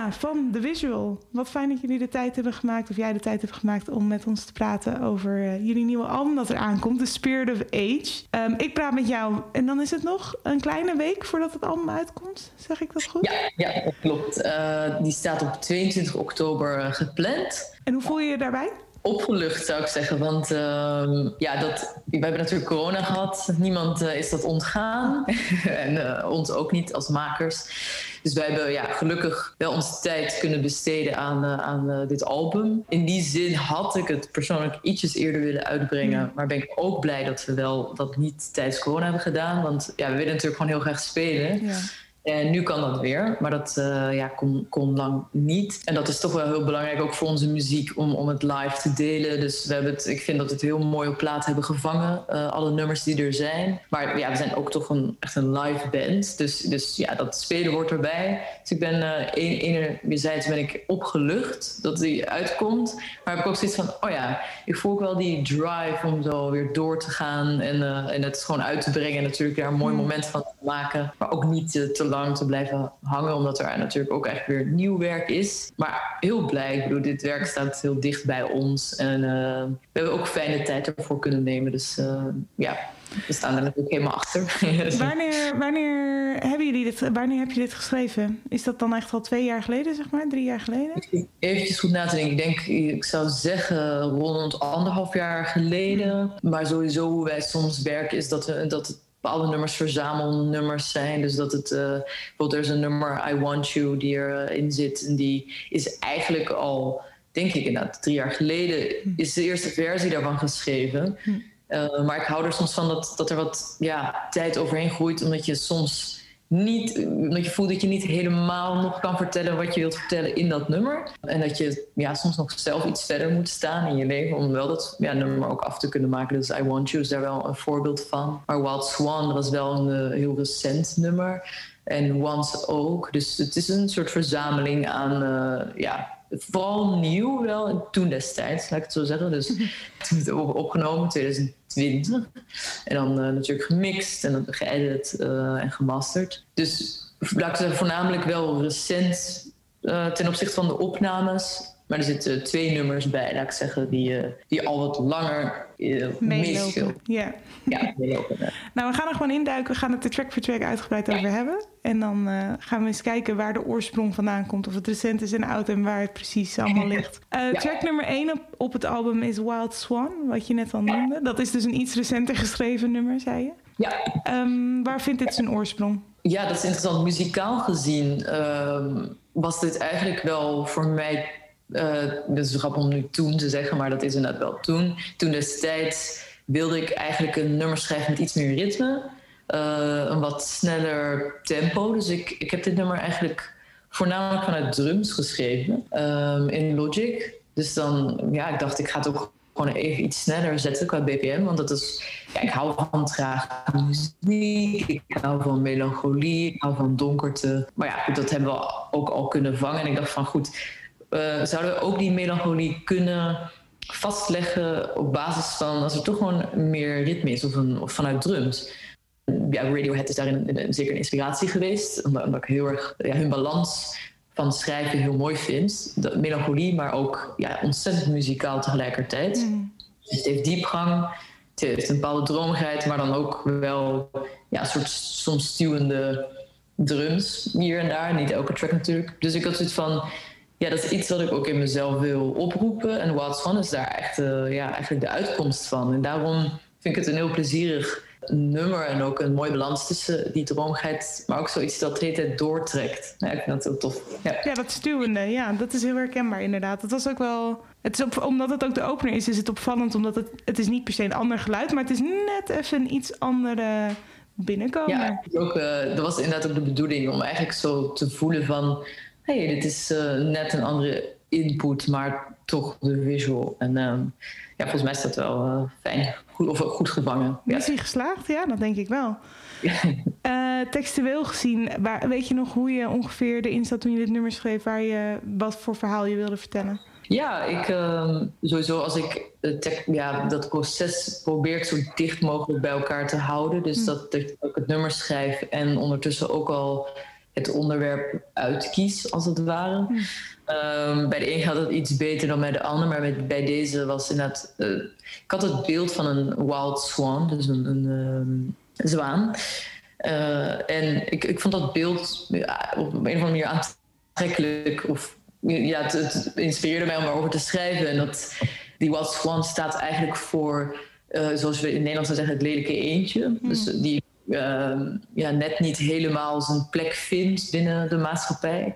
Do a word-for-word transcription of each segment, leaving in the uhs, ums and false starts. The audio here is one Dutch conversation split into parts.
Anna van The Visual. Wat fijn dat jullie de tijd hebben gemaakt, of jij de tijd hebt gemaakt om met ons te praten over uh, jullie nieuwe album dat er aankomt, The Spirit of Age. Um, ik praat met jou en dan is het nog een kleine week voordat het album uitkomt. Zeg ik dat goed? Ja, ja dat klopt. Uh, die staat op tweeëntwintig oktober gepland. En hoe voel je je daarbij? Opgelucht zou ik zeggen, want uh, ja, dat, we hebben natuurlijk corona gehad. Niemand uh, is dat ontgaan en uh, ons ook niet als makers. Dus wij hebben ja, gelukkig wel onze tijd kunnen besteden aan, uh, aan uh, dit album. In die zin had ik het persoonlijk ietsjes eerder willen uitbrengen. Mm. Maar ben ik ook blij dat we wel dat niet tijdens corona hebben gedaan. Want ja, we willen natuurlijk gewoon heel graag spelen. Ja. En nu kan dat weer, maar dat uh, ja, kon, kon lang niet. En dat is toch wel heel belangrijk, ook voor onze muziek, om, om het live te delen. Dus we hebben het, ik vind dat we het heel mooi op plaat hebben gevangen. Uh, alle nummers die er zijn. Maar ja, we zijn ook toch een, echt een live band. Dus, dus ja, dat spelen hoort erbij. Dus ik ben, uh, een, enerzijds ben ik opgelucht dat die uitkomt. Maar heb ik ook zoiets van, oh ja, ik voel ook wel die drive om zo weer door te gaan. En, uh, en het gewoon uit te brengen. En natuurlijk daar een mooi moment van te maken. Maar ook niet uh, te lang te blijven hangen, omdat er natuurlijk ook echt weer nieuw werk is. Maar heel blij, ik bedoel, dit werk staat heel dicht bij ons en uh, we hebben ook fijne tijd ervoor kunnen nemen. Dus uh, ja, we staan er natuurlijk helemaal achter. wanneer, wanneer, hebben jullie dit, wanneer heb je dit geschreven? Is dat dan echt al twee jaar geleden, zeg maar? Drie jaar geleden? Even goed na te denken. Ik denk, ik zou zeggen rond anderhalf jaar geleden. Maar sowieso hoe wij soms werken is dat we dat het alle nummers verzamelnummers zijn. Dus dat het, uh, bijvoorbeeld er is een nummer I Want You die erin uh, zit. En die is eigenlijk al, denk ik inderdaad, drie jaar geleden is de eerste versie daarvan geschreven. Uh, maar ik hou er soms van dat, dat er wat ja, tijd overheen groeit. Omdat je soms niet, omdat je voelt dat je niet helemaal nog kan vertellen wat je wilt vertellen in dat nummer. En dat je ja, soms nog zelf iets verder moet staan in je leven om wel dat ja, nummer ook af te kunnen maken. Dus I Want You is daar wel een voorbeeld van. Maar Wild Swan was wel een uh, heel recent nummer. En Once ook. Dus het is een soort verzameling aan uh, ja, vooral nieuw wel. En toen destijds, laat ik het zo zeggen. Dus toen het opgenomen in twintig twintig. En dan uh, natuurlijk gemixt en geëdit uh, en gemasterd. Dus laat ik zeggen, voornamelijk wel recent uh, ten opzichte van de opnames. Maar er zitten twee nummers bij, laat ik zeggen, die, uh, die al wat langer uh, meelopen. Ja, ja meelopen. Ja. Nou, we gaan er gewoon induiken. We gaan het er track voor track uitgebreid over hebben. En dan uh, gaan we eens kijken waar de oorsprong vandaan komt. Of het recent is en oud en waar het precies allemaal ligt. Uh, ja. Track nummer één op, op het album is Wild Swan, wat je net al noemde. Dat is dus een iets recenter geschreven nummer, zei je? Ja. Um, waar vindt dit zijn oorsprong? Ja, dat is interessant. Muzikaal gezien um, was dit eigenlijk wel voor mij... Uh, dat is grappig om nu toen te zeggen, maar dat is inderdaad wel toen. Toen destijds wilde ik eigenlijk een nummer schrijven met iets meer ritme. Uh, een wat sneller tempo. Dus ik, ik heb dit nummer eigenlijk voornamelijk vanuit drums geschreven. Um, in Logic. Dus dan, ja, ik dacht ik ga het ook gewoon even iets sneller zetten qua B P M. Want dat is, ja, ik hou van trage muziek. Ik hou van melancholie. Ik hou van donkerte. Maar ja, goed, dat hebben we ook al kunnen vangen. En ik dacht van goed... Uh, zouden we ook die melancholie kunnen vastleggen op basis van... als er toch gewoon meer ritme is of, een, of vanuit drums. Ja, Radiohead is daarin een, zeker een inspiratie geweest. Omdat, omdat ik heel erg ja, hun balans van schrijven heel mooi vind. De melancholie, maar ook ja, ontzettend muzikaal tegelijkertijd. Mm. Het heeft diepgang, het heeft een bepaalde dromigheid... maar dan ook wel ja, een soort soms stuwende drums hier en daar. Niet elke track natuurlijk. Dus ik had zoiets van... Ja, dat is iets wat ik ook in mezelf wil oproepen. En Wild Swan is daar echt uh, ja, eigenlijk de uitkomst van. En daarom vind ik het een heel plezierig nummer. En ook een mooie balans tussen die droomigheid... maar ook zoiets dat de hele tijd doortrekt. Ja, ik vind dat heel tof. Ja, ja dat stuwende. Ja, dat is heel herkenbaar inderdaad. Het was ook wel... Het is op, omdat het ook de opener is, is het opvallend. Omdat het, het is niet per se een ander geluid... maar het is net even een iets andere binnenkomen. Ja, ook, uh, dat was inderdaad ook de bedoeling... om eigenlijk zo te voelen van... hey, dit is uh, net een andere input, maar toch de visual. En uh, ja, volgens mij is dat wel uh, fijn, goed, of goed gevangen. Ja. Is hij geslaagd? Ja, dat denk ik wel. uh, textueel gezien, waar, weet je nog hoe je ongeveer erin zat toen je dit nummer schreef, waar je, wat voor verhaal je wilde vertellen? Ja, ik uh, sowieso als ik uh, te, ja, dat proces probeer zo dicht mogelijk bij elkaar te houden. Dus hm. dat, dat ik het nummer schrijf en ondertussen ook al... het onderwerp uitkies, als het ware. Mm. Um, bij de een gaat het iets beter dan bij de ander, maar met, bij deze was inderdaad... Uh, ik had het beeld van een wild swan, dus een, een um, zwaan. Uh, en ik, ik vond dat beeld ja, op een of andere manier aantrekkelijk. Of, ja, het, het inspireerde mij om erover te schrijven. En dat, die wild swan staat eigenlijk voor, uh, zoals we in het Nederlands zeggen, het lelijke eendje. Mm. Dus die uh, ja, net niet helemaal zijn plek vindt binnen de maatschappij.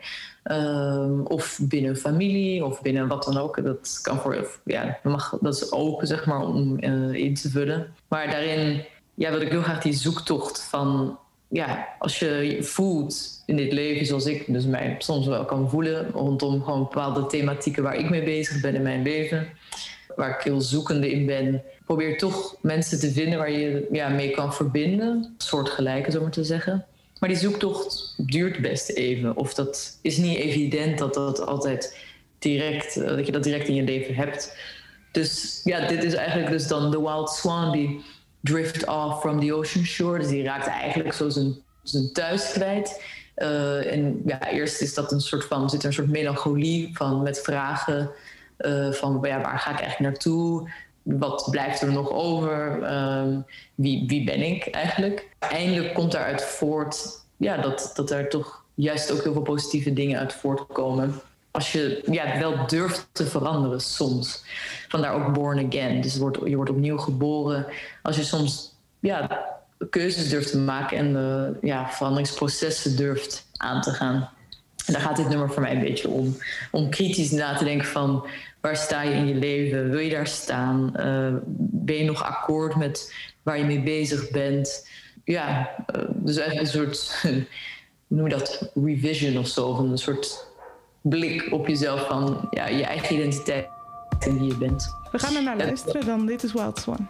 Um, of binnen familie, of binnen wat dan ook. Dat kan voor, ja, mag, dat is open, zeg maar, om uh, in te vullen. Maar daarin ja, wil ik heel graag die zoektocht van... ja, als je je voelt in dit leven zoals ik dus mij soms wel kan voelen... rondom gewoon bepaalde thematieken waar ik mee bezig ben in mijn leven... waar ik heel zoekende in ben... probeer toch mensen te vinden waar je ja, mee kan verbinden. Soortgelijke, zo maar te zeggen. Maar die zoektocht duurt best even. Of dat is niet evident dat dat altijd direct... dat je dat direct in je leven hebt. Dus ja, dit is eigenlijk dus dan de wild swan... die drift off from the ocean shore. Dus die raakt eigenlijk zo zijn, zijn thuis kwijt. Uh, en ja, eerst is dat een soort van... zit er een soort melancholie van met vragen... Uh, van ja, waar ga ik eigenlijk naartoe? Wat blijft er nog over? Uh, wie, wie ben ik eigenlijk? Eindelijk komt daaruit voort... ja, dat, dat er toch juist ook heel veel positieve dingen uit voortkomen... als je ja, wel durft te veranderen soms. Vandaar ook born again. Dus je wordt, je wordt opnieuw geboren. Als je soms ja, keuzes durft te maken... en de ja, veranderingsprocessen durft aan te gaan. En daar gaat dit nummer voor mij een beetje om. Om kritisch na te denken van... waar sta je in je leven? Wil je daar staan? Uh, ben je nog akkoord met waar je mee bezig bent? Ja, uh, dus eigenlijk een soort... hoe noem je dat? Revision of zo. Een soort... blik op jezelf van ja, je eigen identiteit en wie je bent. We gaan er naar luisteren dan. Dit is Wild Swan.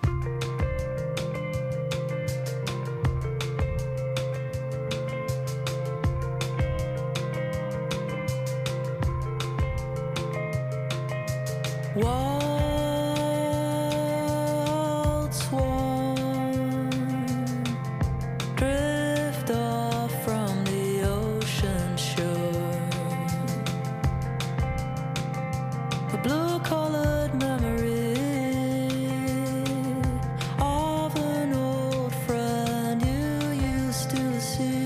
Wild swan, drift off from the ocean shore. A blue-colored memory of an old friend you used to see.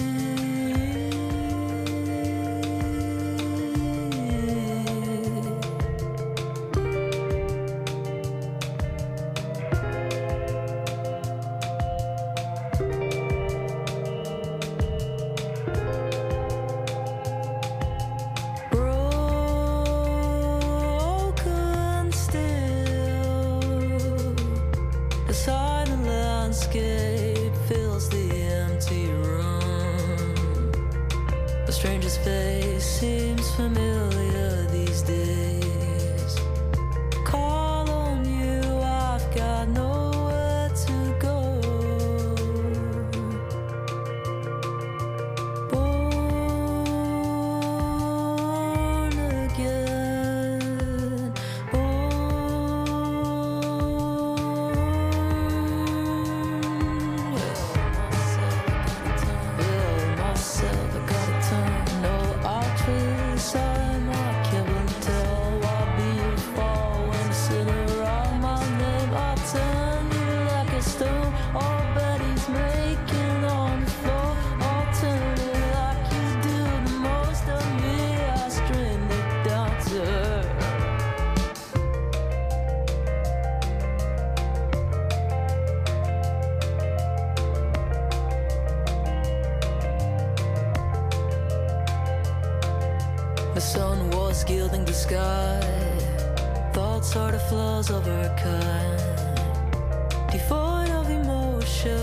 The sun was gilding the sky. Thoughts are the flaws of her kind, devoid of emotion.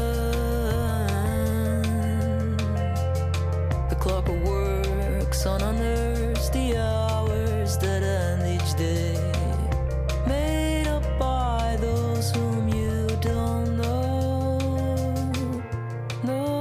The clock works on unearths the hours that end each day, made up by those whom you don't know. No.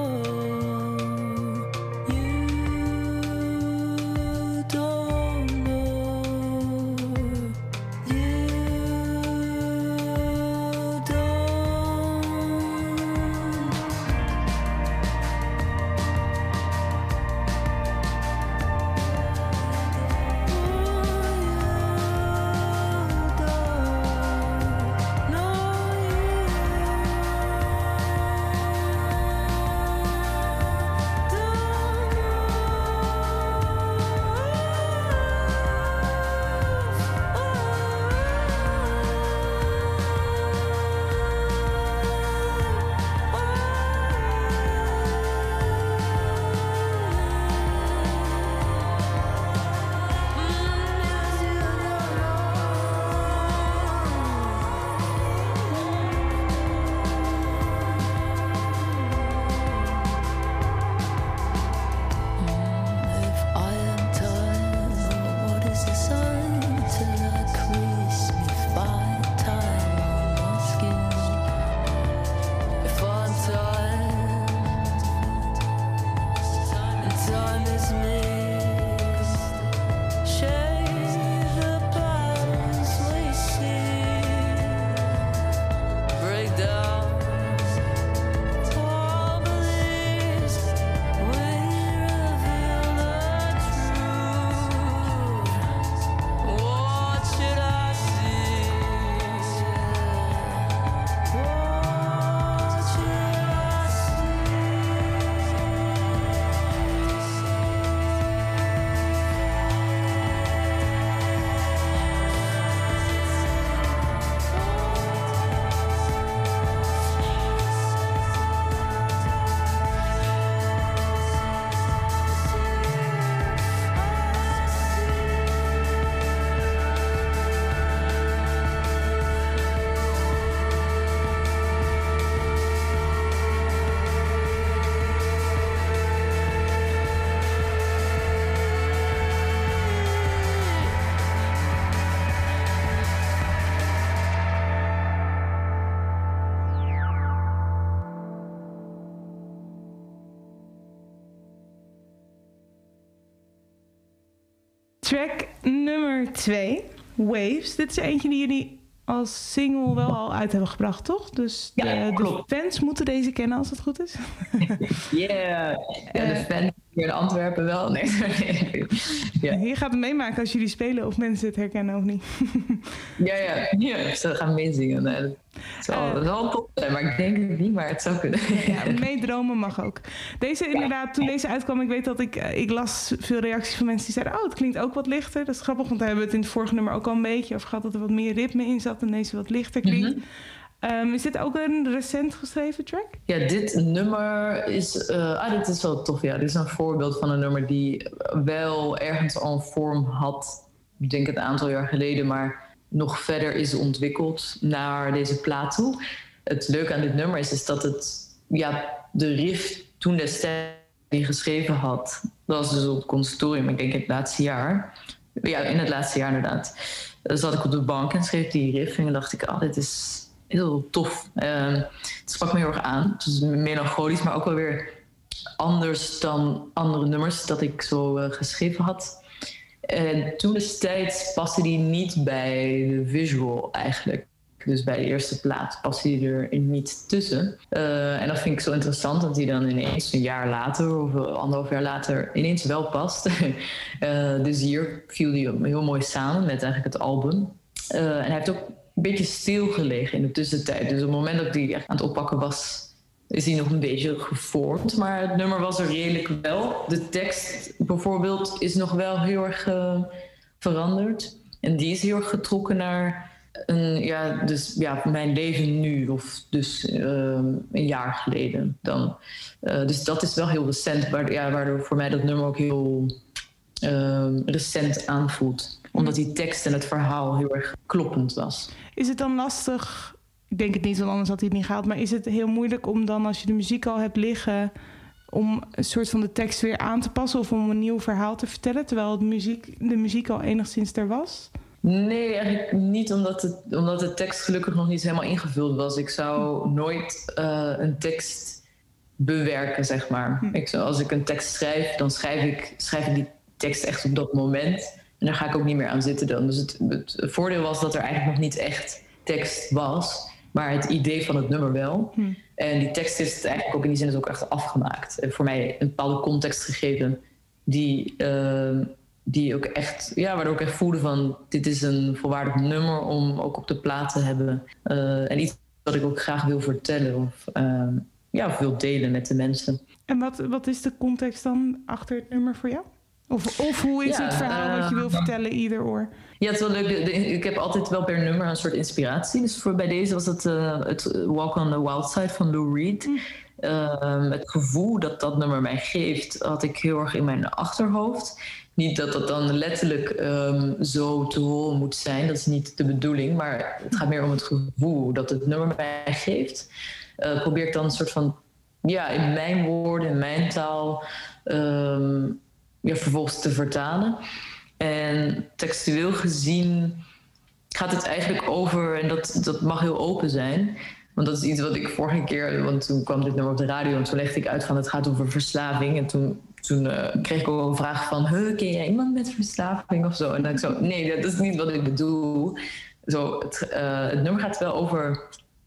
Track nummer twee, Waves. Dit is eentje die jullie als single wel al uit hebben gebracht, toch? Dus de, ja, de fans moeten deze kennen als het goed is. Yeah. Ja, de fans hier in Antwerpen wel. Nee. Ja. Hier gaat het meemaken als jullie spelen of mensen het herkennen of niet. ja, ja, ja, ze gaan meezingen. Nee, dat zal, uh, dat zal top zijn, maar ik denk het niet, maar het zou kunnen. Ja, meedromen mag ook. Deze inderdaad, toen deze uitkwam, ik weet dat ik, ik las veel reacties van mensen die zeiden, oh, het klinkt ook wat lichter. Dat is grappig, want daar hebben we het in het vorige nummer ook al een beetje over gehad, dat er wat meer ritme in zat en deze wat lichter klinkt. Mm-hmm. Um, is dit ook een recent geschreven track? Ja, dit nummer is... Uh, ah, dit is wel tof, ja. Dit is een voorbeeld van een nummer die wel ergens al een vorm had. Ik denk een aantal jaar geleden, maar nog verder is ontwikkeld naar deze plaat toe. Het leuke aan dit nummer is, is dat het... Ja, de riff toen destijds die geschreven had... Dat was dus op het conservatorium, ik denk in het laatste jaar. Ja, in het laatste jaar inderdaad. Dan zat ik op de bank en schreef die riff en dacht ik, ah, dit is... heel tof. Uh, het sprak me heel erg aan. Het is melancholisch, maar ook wel weer anders dan andere nummers dat ik zo uh, geschreven had. En toen destijds paste die niet bij de visual eigenlijk. Dus bij de eerste plaat paste die er niet tussen. Uh, en dat vind ik zo interessant dat die dan ineens een jaar later of anderhalf jaar later ineens wel past. uh, dus hier viel die heel mooi samen met eigenlijk het album. Uh, en hij heeft ook een beetje stilgelegen in de tussentijd. Dus op het moment dat hij echt aan het oppakken was, is hij nog een beetje gevormd. Maar het nummer was er redelijk wel. De tekst bijvoorbeeld is nog wel heel erg uh, veranderd. En die is heel erg getrokken naar een, ja, dus, ja, mijn leven nu. Of dus uh, een jaar geleden dan. Uh, dus dat is wel heel recent. Waardoor, ja, waardoor voor mij dat nummer ook heel uh, recent aanvoelt. Omdat die tekst en het verhaal heel erg kloppend was. Is het dan lastig, ik denk het niet, want anders had hij het niet gehaald... maar is het heel moeilijk om dan, als je de muziek al hebt liggen... om een soort van de tekst weer aan te passen... of om een nieuw verhaal te vertellen... terwijl het muziek, de muziek al enigszins er was? Nee, eigenlijk niet, omdat, het, omdat de tekst gelukkig nog niet helemaal ingevuld was. Ik zou nooit uh, een tekst bewerken, zeg maar. Hm. Ik zou, als ik een tekst schrijf, dan schrijf ik, schrijf ik die tekst echt op dat moment... En daar ga ik ook niet meer aan zitten dan. Dus het, het voordeel was dat er eigenlijk nog niet echt tekst was. Maar het idee van het nummer wel. Hm. En die tekst is het eigenlijk ook in die zin is ook echt afgemaakt. En voor mij een bepaalde context gegeven. Die, uh, die ook echt... Ja, waardoor ik echt voelde van... Dit is een volwaardig nummer om ook op de plaat te hebben. Uh, en iets wat ik ook graag wil vertellen. Of, uh, ja, of wil delen met de mensen. En wat, wat is de context dan achter het nummer voor jou? Of, of hoe is ja, het verhaal uh, wat je wil vertellen, ieder oor? Ja, het is wel leuk. De, de, ik heb altijd wel per nummer een soort inspiratie. Dus voor, bij deze was het uh, het Walk on the Wild Side van Lou Reed. Mm. Uh, het gevoel dat dat nummer mij geeft, had ik heel erg in mijn achterhoofd. Niet dat dat dan letterlijk um, zo te horen moet zijn. Dat is niet de bedoeling. Maar het gaat meer om het gevoel dat het nummer mij geeft. Uh, probeer ik dan een soort van... Ja, in mijn woorden, in mijn taal... Um, Ja, vervolgens te vertalen. En textueel gezien gaat het eigenlijk over... en dat, dat mag heel open zijn... want dat is iets wat ik vorige keer... want toen kwam dit nummer op de radio... en toen legde ik uit van het gaat over verslaving... en toen, toen uh, kreeg ik ook een vraag van... Huh, ken jij iemand met verslaving of zo? En dan ik zo, nee, dat is niet wat ik bedoel. Zo, het, uh, het nummer gaat wel over...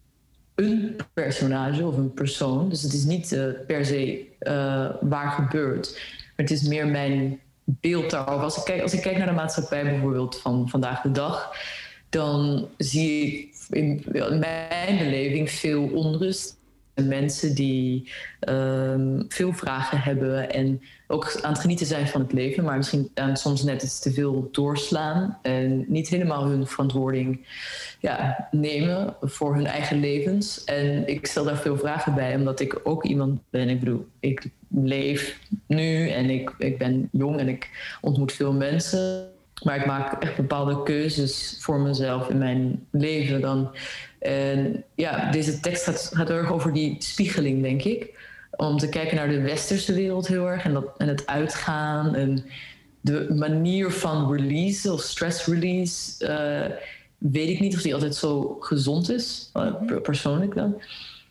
een personage of een persoon. Dus het is niet uh, per se uh, waar gebeurt... Het is meer mijn beeld daarover. Als ik kijk, als ik kijk naar de maatschappij bijvoorbeeld van vandaag de dag... dan zie ik in mijn beleving veel onrust. Mensen die um, veel vragen hebben... en ook aan het genieten zijn van het leven... maar misschien aan soms net iets te veel doorslaan... en niet helemaal hun verantwoording ja, nemen voor hun eigen levens. En ik stel daar veel vragen bij... omdat ik ook iemand ben. Ik bedoel, ik leef nu en ik, ik ben jong... en ik ontmoet veel mensen... maar ik maak echt bepaalde keuzes voor mezelf in mijn leven dan... En ja, deze tekst gaat, gaat heel erg over die spiegeling, denk ik. Om te kijken naar de westerse wereld heel erg. En, dat, en het uitgaan. En de manier van release of stress release. Uh, weet ik niet of die altijd zo gezond is. Uh, persoonlijk dan.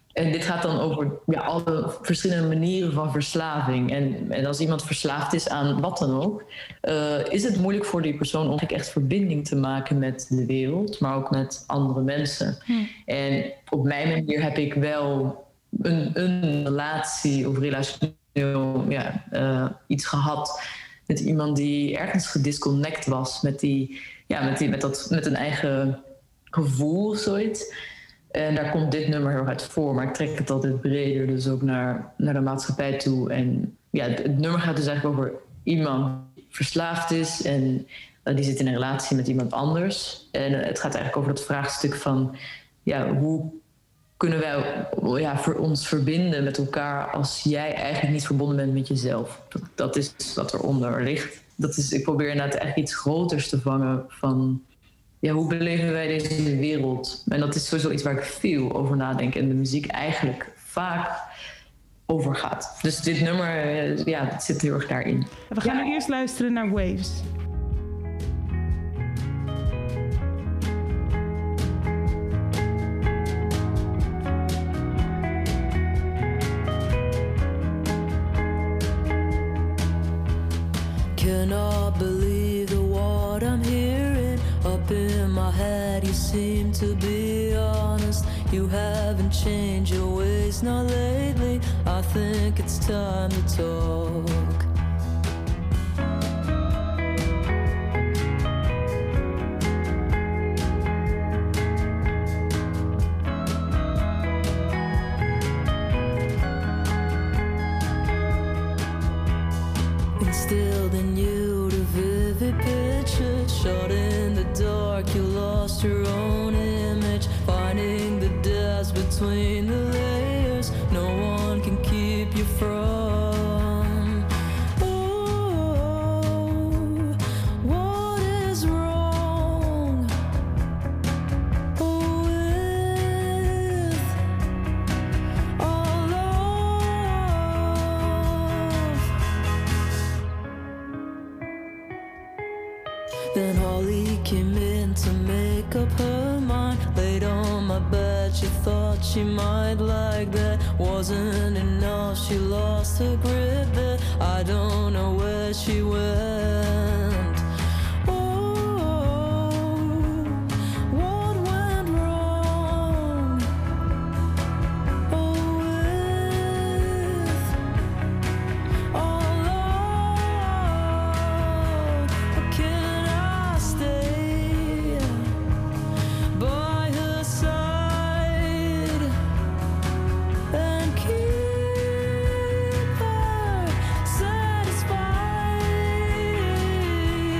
En dit gaat dan over ja, alle verschillende manieren van verslaving. En, en als iemand verslaafd is aan wat dan ook, uh, is het moeilijk voor die persoon om echt verbinding te maken met de wereld, maar ook met andere mensen. Hm. En op mijn manier heb ik wel een, een relatie of relationeel ja, uh, iets gehad met iemand die ergens gedisconnect was met, die, ja, met, die, met, dat, met een eigen gevoel of zoiets. En daar komt dit nummer heel erg uit voor, maar ik trek het altijd breder, dus ook naar, naar de maatschappij toe. En ja, het, het nummer gaat dus eigenlijk over iemand die verslaafd is en uh, die zit in een relatie met iemand anders. En uh, het gaat eigenlijk over dat vraagstuk van ja, hoe kunnen wij ja, voor ons verbinden met elkaar als jij eigenlijk niet verbonden bent met jezelf. Dat, dat is wat eronder ligt. Dat is, ik probeer inderdaad eigenlijk iets groters te vangen van ja, hoe beleven wij deze wereld? En dat is sowieso iets waar ik veel over nadenk en de muziek eigenlijk vaak over gaat. Dus dit nummer, ja, dat zit heel erg daarin. We gaan ja. nu eerst luisteren naar Waves. Cannot believe the what I'm hearing up in my head. You seem to be honest. You haven't changed your ways, not lately. I think it's time to talk. Instilled in you the vivid picture, shot in the dark, you lost your own image. Finding the depths between the layers, no one can keep you from. Oh, what is wrong? Oh, with our love. Then Holly came in to make up her mind. Laid on my bed, she thought she might like that. Wasn't enough, she lost her grip there. I don't know where she went. Oh, what went wrong? Oh, with our love, can I stay by her side and keep her satisfied?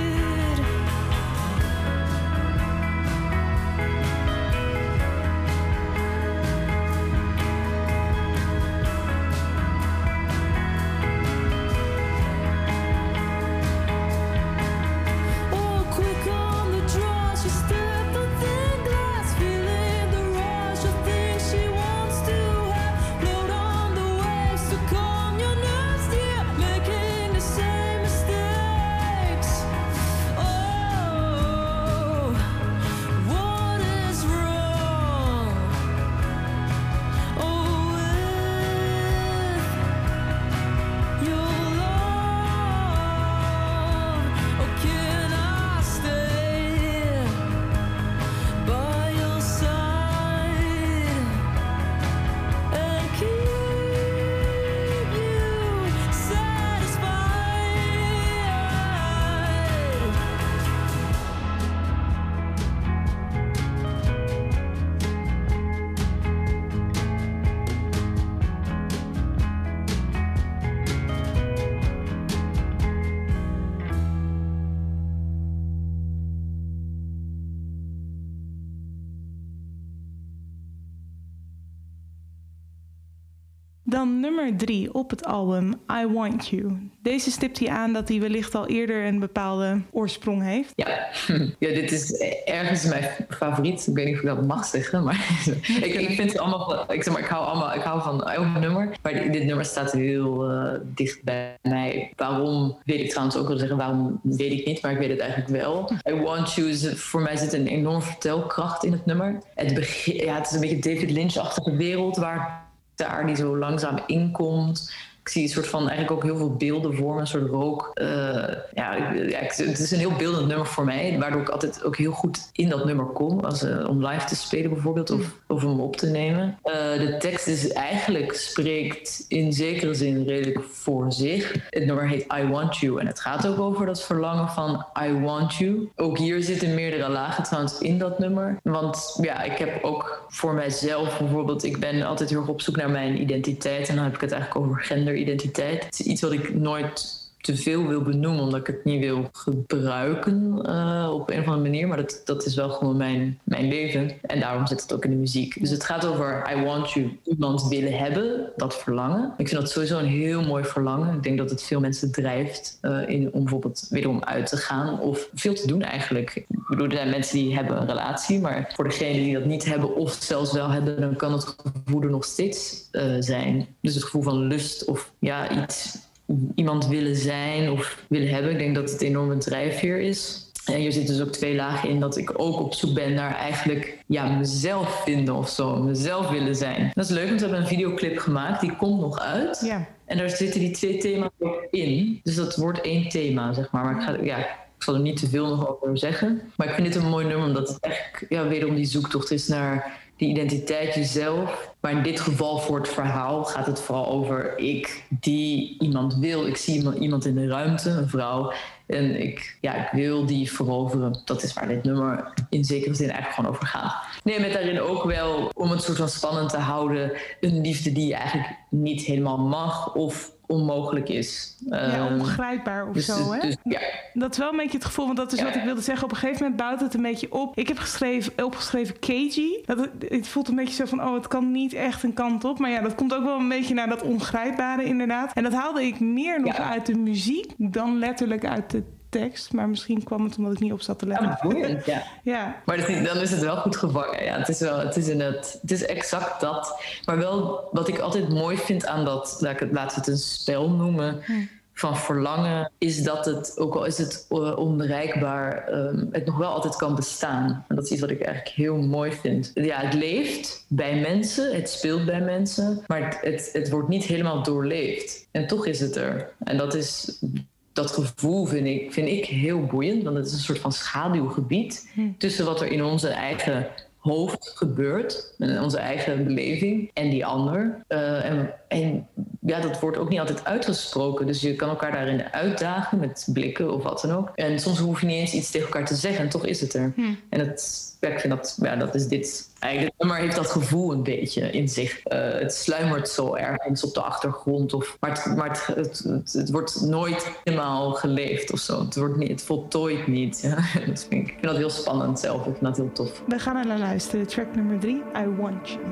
Dan nummer drie op het album I Want You. Deze stipt hij aan dat hij wellicht al eerder een bepaalde oorsprong heeft. Ja, ja dit is ergens mijn favoriet. Ik weet niet of ik dat mag zeggen, maar ik, ik vind het allemaal... Ik zeg maar, ik hou, allemaal, ik hou van elk nummer, maar dit, dit nummer staat heel uh, dicht bij mij. Waarom, weet ik trouwens ook wel zeggen, waarom weet ik niet, maar ik weet het eigenlijk wel. I Want You, is, voor mij zit een enorme vertelkracht in het nummer. Het, begin, ja, het is een beetje David Lynch-achtige wereld waar daar die zo langzaam inkomt. Ik zie een soort van eigenlijk ook heel veel beelden voor me, een soort rook. Uh, ja, ja, het is een heel beeldend nummer voor mij, waardoor ik altijd ook heel goed in dat nummer kom, als, uh, om live te spelen bijvoorbeeld, of, of om op te nemen. Uh, de tekst is eigenlijk, spreekt in zekere zin redelijk voor zich. Het nummer heet I Want You en het gaat ook over dat verlangen van I Want You. Ook hier zitten meerdere lagen trouwens in dat nummer. Want ja, ik heb ook voor mijzelf bijvoorbeeld, ik ben altijd heel erg op zoek naar mijn identiteit en dan heb ik het eigenlijk over gender. Identiteit. Het is iets wat ik nooit te veel wil benoemen, omdat ik het niet wil gebruiken uh, op een of andere manier. Maar dat, dat is wel gewoon mijn, mijn leven. En daarom zit het ook in de muziek. Dus het gaat over I want you, iemand willen hebben, dat verlangen. Ik vind dat sowieso een heel mooi verlangen. Ik denk dat het veel mensen drijft uh, in, om bijvoorbeeld wederom uit te gaan. Of veel te doen eigenlijk. Ik bedoel, er zijn mensen die hebben een relatie, maar voor degenen die dat niet hebben of zelfs wel hebben, dan kan het gevoel er nog steeds uh, zijn. Dus het gevoel van lust of ja, iets... iemand willen zijn of willen hebben. Ik denk dat het een enorme drijfveer is. En hier zitten dus ook twee lagen in dat ik ook op zoek ben naar eigenlijk ja, mezelf vinden of zo. Mezelf willen zijn. Dat is leuk, want we hebben een videoclip gemaakt. Die komt nog uit. Ja. En daar zitten die twee thema's ook in. Dus dat wordt één thema, zeg maar. Maar ik, ga, ja, ik zal er niet te veel nog over zeggen. Maar ik vind dit een mooi nummer, omdat het echt ja, wederom die zoektocht is naar die identiteit, jezelf. Maar in dit geval voor het verhaal gaat het vooral over ik die iemand wil. Ik zie iemand in de ruimte, een vrouw. En ik, ja, ik wil die veroveren. Dat is waar dit nummer in zekere zin eigenlijk gewoon over gaat. Nee, met daarin ook wel, om het soort van spannend te houden, een liefde die eigenlijk niet helemaal mag of onmogelijk is. Ja, ongrijpbaar of dus, zo, hè? Dus, ja. Dat is wel een beetje het gevoel, want dat is ja. wat ik wilde zeggen. Op een gegeven moment bouwt het een beetje op. Ik heb geschreven, opgeschreven cagey. Dat het, het voelt een beetje zo van, oh, het kan niet echt een kant op. Maar ja, dat komt ook wel een beetje naar dat ongrijpbare inderdaad. En dat haalde ik meer nog ja. uit de muziek dan letterlijk uit de tekst, maar misschien kwam het omdat ik niet op zat te letten. Ja, boeiend, ja. ja. Maar dat is, dan is het wel goed gevangen. Ja, het is wel, het is in het, het is exact dat. Maar wel wat ik altijd mooi vind aan dat, laten we het een spel noemen, hm. van verlangen, is dat het, ook al is het onbereikbaar, um, het nog wel altijd kan bestaan. En dat is iets wat ik eigenlijk heel mooi vind. Ja, het leeft bij mensen, het speelt bij mensen, maar het, het, het wordt niet helemaal doorleefd. En toch is het er. En dat is... Dat gevoel vind ik, vind ik heel boeiend, want het is een soort van schaduwgebied hm. tussen wat er in onze eigen hoofd gebeurt, in onze eigen beleving, en die ander. Uh, en, en ja, dat wordt ook niet altijd uitgesproken, dus je kan elkaar daarin uitdagen met blikken of wat dan ook. En soms hoef je niet eens iets tegen elkaar te zeggen, en toch is het er. Hm. En het, ja, ik vind dat, ja, dat is dit. Eigenlijk, maar heeft dat gevoel een beetje in zich. Uh, het sluimert zo ergens op de achtergrond. Of, maar het, maar het, het, het, het wordt nooit helemaal geleefd of zo. Het, wordt niet, het voltooit niet. Ja. Dat vind ik, ik vind dat heel spannend zelf. Ik vind dat heel tof. We gaan er naar luisteren. Track nummer drie, I Want You.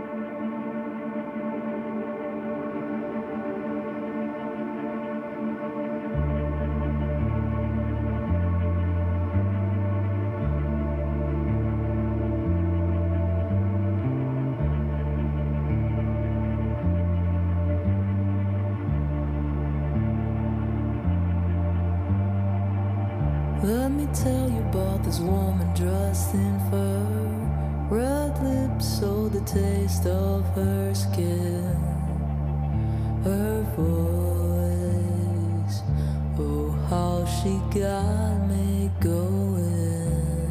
Let me tell you about this woman dressed in fur, red lips, so the taste of her skin, her voice, oh how she got me going,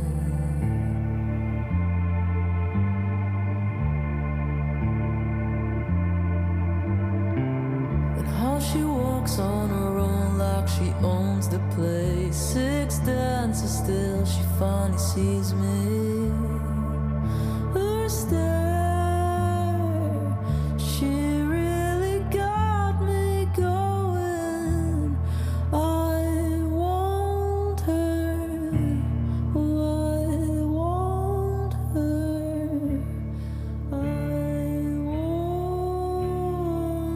and how she walks on her own like she owns the place. Six dances still, she finally sees me. Her stare, she really got me going. I want her, oh, I want her, I want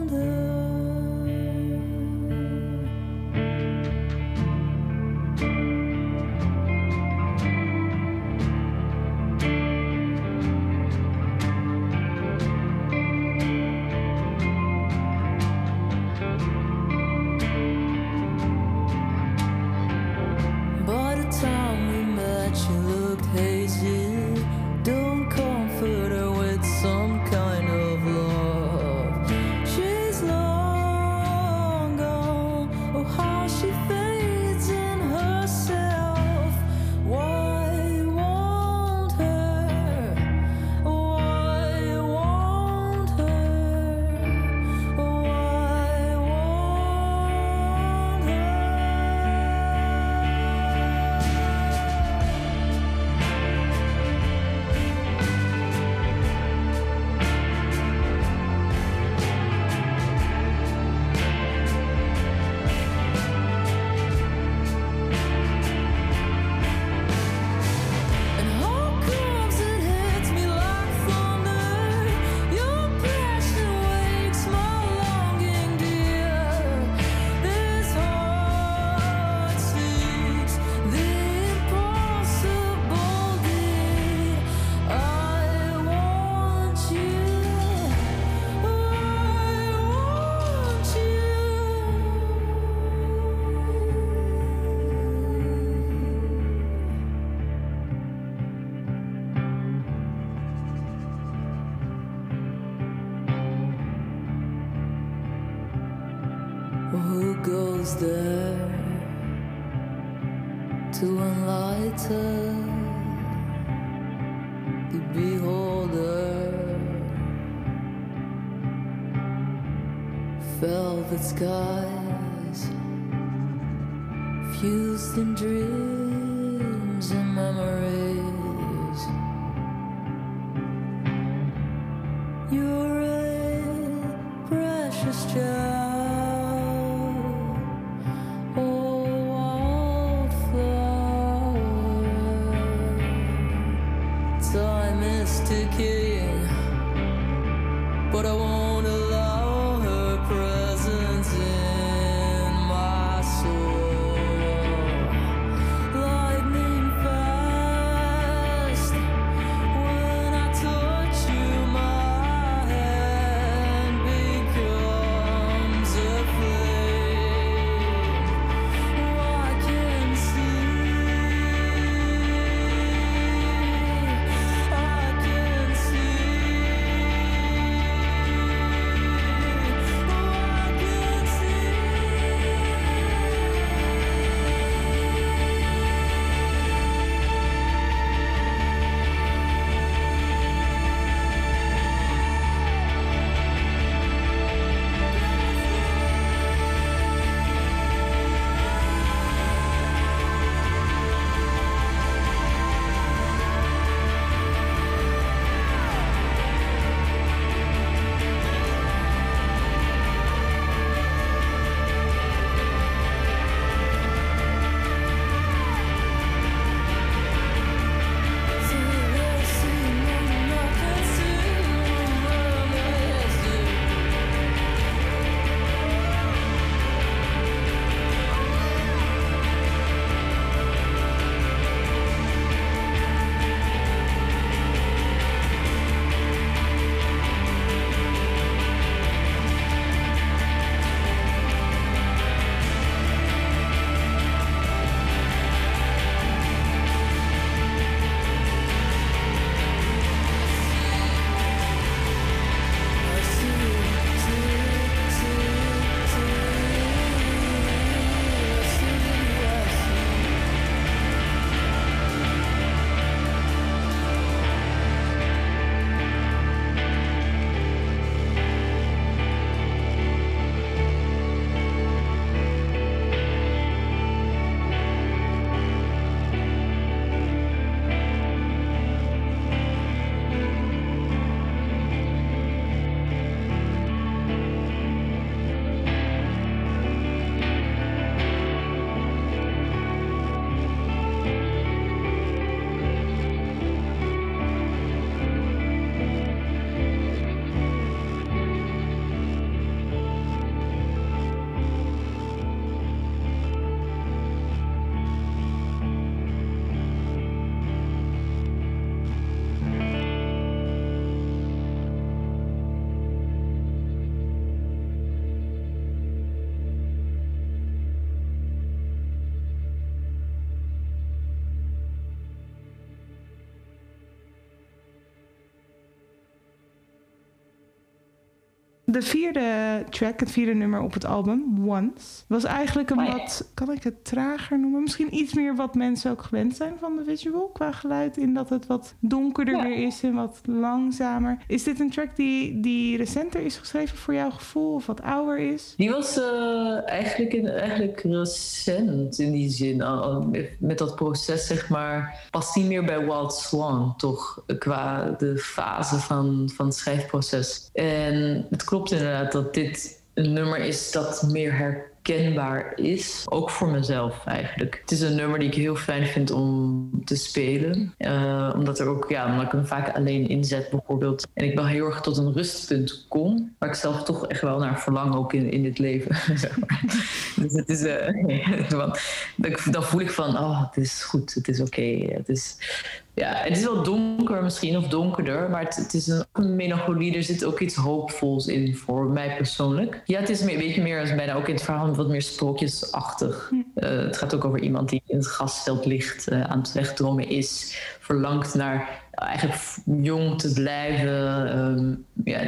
goes there to enlighten the beholder. Velvet skies fused in dreams and memories. You're a precious child. But I won't allow her presence in my soul. Lightning fast, when I touch you, my hand becomes a flame. Oh, I can see, I can see. De vierde track, het vierde nummer op het album, Once, was eigenlijk een oh, ja. wat, kan ik het trager noemen? Misschien iets meer wat mensen ook gewend zijn van de visual qua geluid, in dat het wat donkerder ja. weer is en wat langzamer. Is dit een track die, die recenter is geschreven voor jouw gevoel of wat ouder is? Die was uh, eigenlijk, in, eigenlijk recent in die zin. Al, met dat proces, zeg maar, past niet meer bij Wild Swan, toch? Qua de fase van, van het schrijfproces. En het klopt inderdaad dat dit een nummer is dat meer herkenbaar is. Ook voor mezelf eigenlijk. Het is een nummer die ik heel fijn vind om te spelen. Uh, omdat, er ook, ja, omdat ik hem vaak alleen inzet bijvoorbeeld. En ik wel heel erg tot een rustpunt kom. Waar ik zelf toch echt wel naar verlang ook in, in dit leven. Zeg maar. Dus het is... Uh, want, dan voel ik van, oh, het is goed. Het is oké. Okay, het is... Ja, het is wel donker misschien, of donkerder, maar het, het is een, een melancholie. Er zit ook iets hoopvols in voor mij persoonlijk. Ja, het is een beetje meer, als bijna ook in het verhaal, wat meer sprookjesachtig. Uh, het gaat ook over iemand die in het grasveld ligt, uh, aan het wegdromen is, verlangt naar uh, eigenlijk jong te blijven. Um, ja,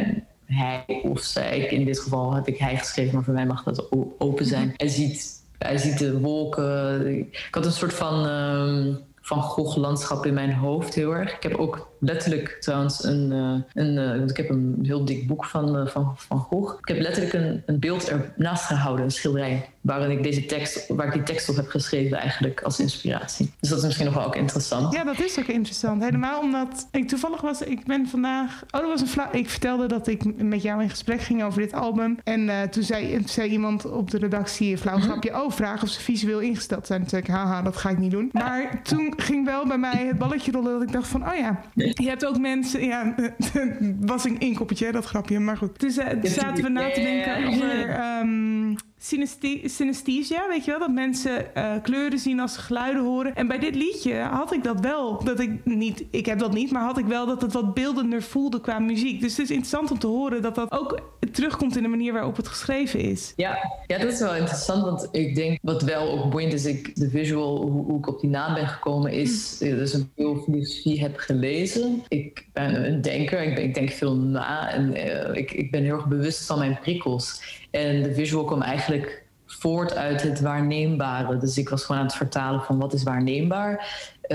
hij of zij, in dit geval heb ik hij geschreven, maar voor mij mag dat open zijn. Hij ziet, hij ziet de wolken. Ik had een soort van um, Van Gogh landschap in mijn hoofd heel erg. Ik heb ook letterlijk trouwens een, uh, een uh, want ik heb een heel dik boek van, uh, van, van Gogh. Ik heb letterlijk een, een beeld ernaast gehouden, een schilderij, waarin ik deze tekst, waar ik die tekst op heb geschreven eigenlijk als inspiratie. Dus dat is misschien nog wel ook interessant. Ja, dat is ook interessant. Helemaal omdat ik toevallig was, ik ben vandaag, oh, dat was een flauw. Ik vertelde dat ik met jou in gesprek ging over dit album. En uh, toen zei, zei iemand op de redactie een flauw mm-hmm. grapje, oh, vraag of ze visueel ingesteld zijn. Toen zei ik, haha, dat ga ik niet doen. Maar toen ging wel bij mij het balletje rollen dat ik dacht van, oh ja, je hebt ook mensen, ja, was een inkoppertje, dat grapje, maar goed. Dus uh, zaten we na te denken over um, synesthe- synesthesia, weet je wel, dat mensen uh, kleuren zien als ze geluiden horen. En bij dit liedje had ik dat wel, dat ik niet, ik heb dat niet, maar had ik wel dat het wat beeldender voelde qua muziek. Dus het is interessant om te horen dat dat ook terugkomt in de manier waarop het geschreven is. Ja, ja, dat is wel interessant, want ik denk wat wel ook boeiend is, ik, de visual, hoe, hoe ik op die naam ben gekomen, is mm. dus een veel filosofie heb gelezen. Ik ben een denker, ik, ben, ik denk veel na en uh, ik, ik ben heel erg bewust van mijn prikkels. En de visual kwam eigenlijk voort uit het waarneembare. Dus ik was gewoon aan het vertalen van wat is waarneembaar.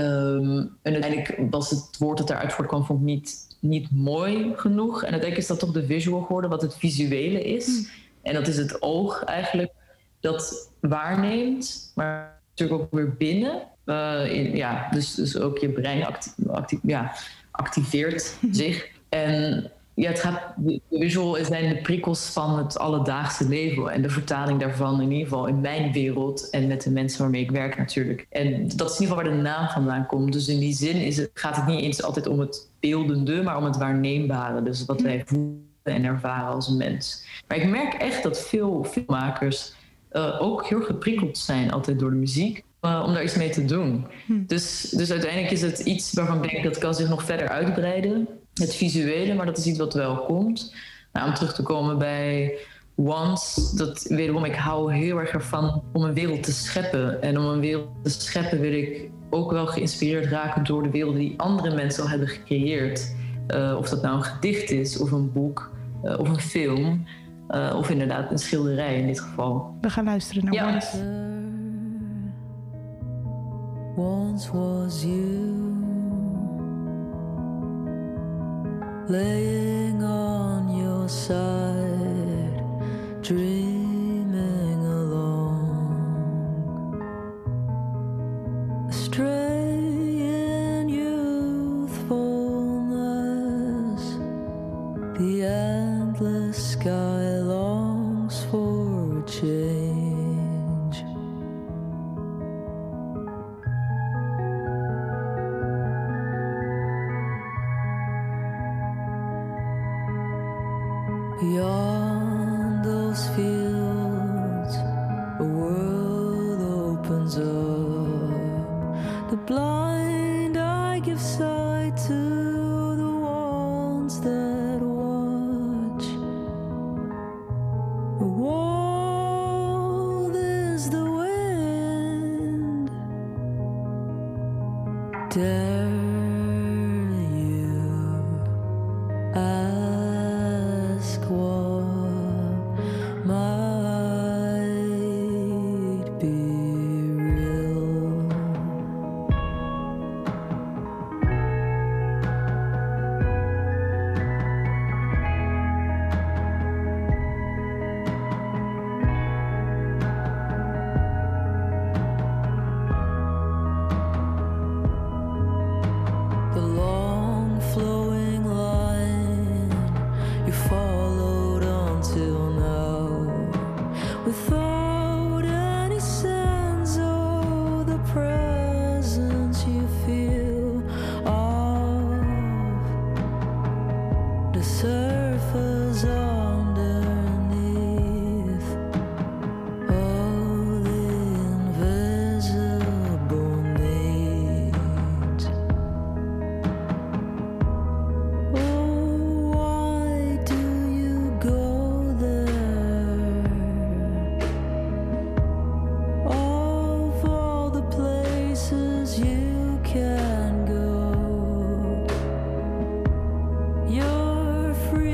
Um, en uiteindelijk was het woord dat daaruit voortkwam, vond ik niet, niet mooi genoeg. En uiteindelijk is dat toch de visual geworden, wat het visuele is. Mm. En dat is het oog eigenlijk dat waarneemt, maar natuurlijk ook weer binnen. Uh, in, ja, dus, dus ook je brein acti- acti- ja, activeert zich. En ja, het gaat, de visual zijn de prikkels van het alledaagse leven en de vertaling daarvan in ieder geval in mijn wereld en met de mensen waarmee ik werk natuurlijk. En dat is in ieder geval waar de naam vandaan komt. Dus in die zin is het, gaat het niet eens altijd om het beeldende, maar om het waarneembare. Dus wat wij voelen en ervaren als een mens. Maar ik merk echt dat veel filmmakers uh, ook heel geprikkeld zijn altijd door de muziek. Uh, om daar iets mee te doen. Hm. Dus, dus uiteindelijk is het iets waarvan ik denk dat kan zich nog verder uitbreiden. Het visuele, maar dat is iets wat wel komt. Nou, om terug te komen bij Once, dat wederom, ik hou heel erg ervan om een wereld te scheppen. En om een wereld te scheppen wil ik ook wel geïnspireerd raken door de werelden die andere mensen al hebben gecreëerd. Uh, of dat nou een gedicht is, of een boek, uh, of een film. Uh, of inderdaad een schilderij in dit geval. We gaan luisteren naar ja. Once. Once was you laying on your side, dreaming along, astray in youthfulness. The endless sky longs for a change. Beyond those fields, a world opens up. The blind eye gives sight to the ones that watch. A world is the wind. Dare you ask what might be real? The long flowing line you followed until now, without any sense of the presence you feel of the surface underneath all the invisible needs. Oh, why do you go there? Of all the places you can go, you're free.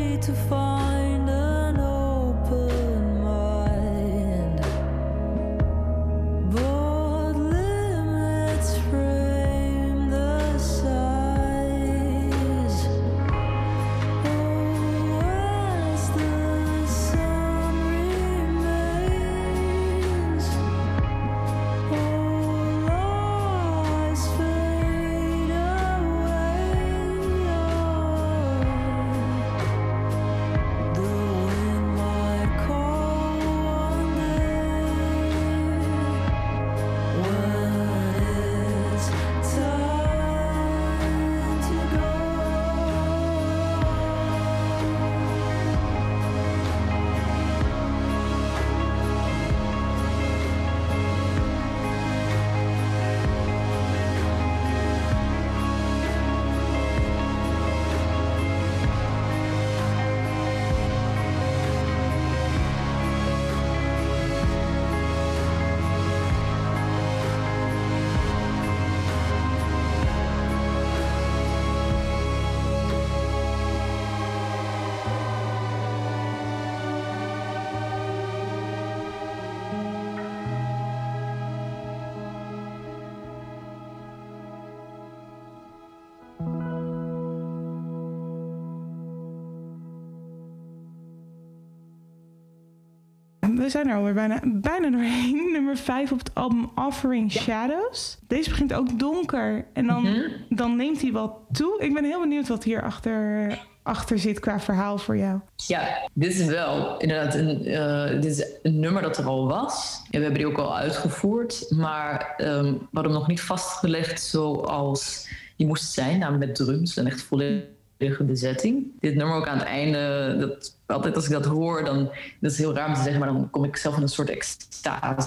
we zijn er alweer bijna, bijna doorheen. Nummer vijf op het album Offering ja. Shadows. Deze begint ook donker. En dan, mm-hmm. dan neemt hij wat toe. Ik ben heel benieuwd wat hier achter, achter zit qua verhaal voor jou. Ja, dit is wel inderdaad een, uh, dit is een nummer dat er al was. En we hebben die ook al uitgevoerd. Maar um, we hadden hem nog niet vastgelegd zoals die moest zijn. Namelijk met drums en echt volledig bezetting. Dit nummer ook aan het einde, dat, altijd als ik dat hoor, dan dat is heel raar om te zeggen, maar dan kom ik zelf in een soort extase.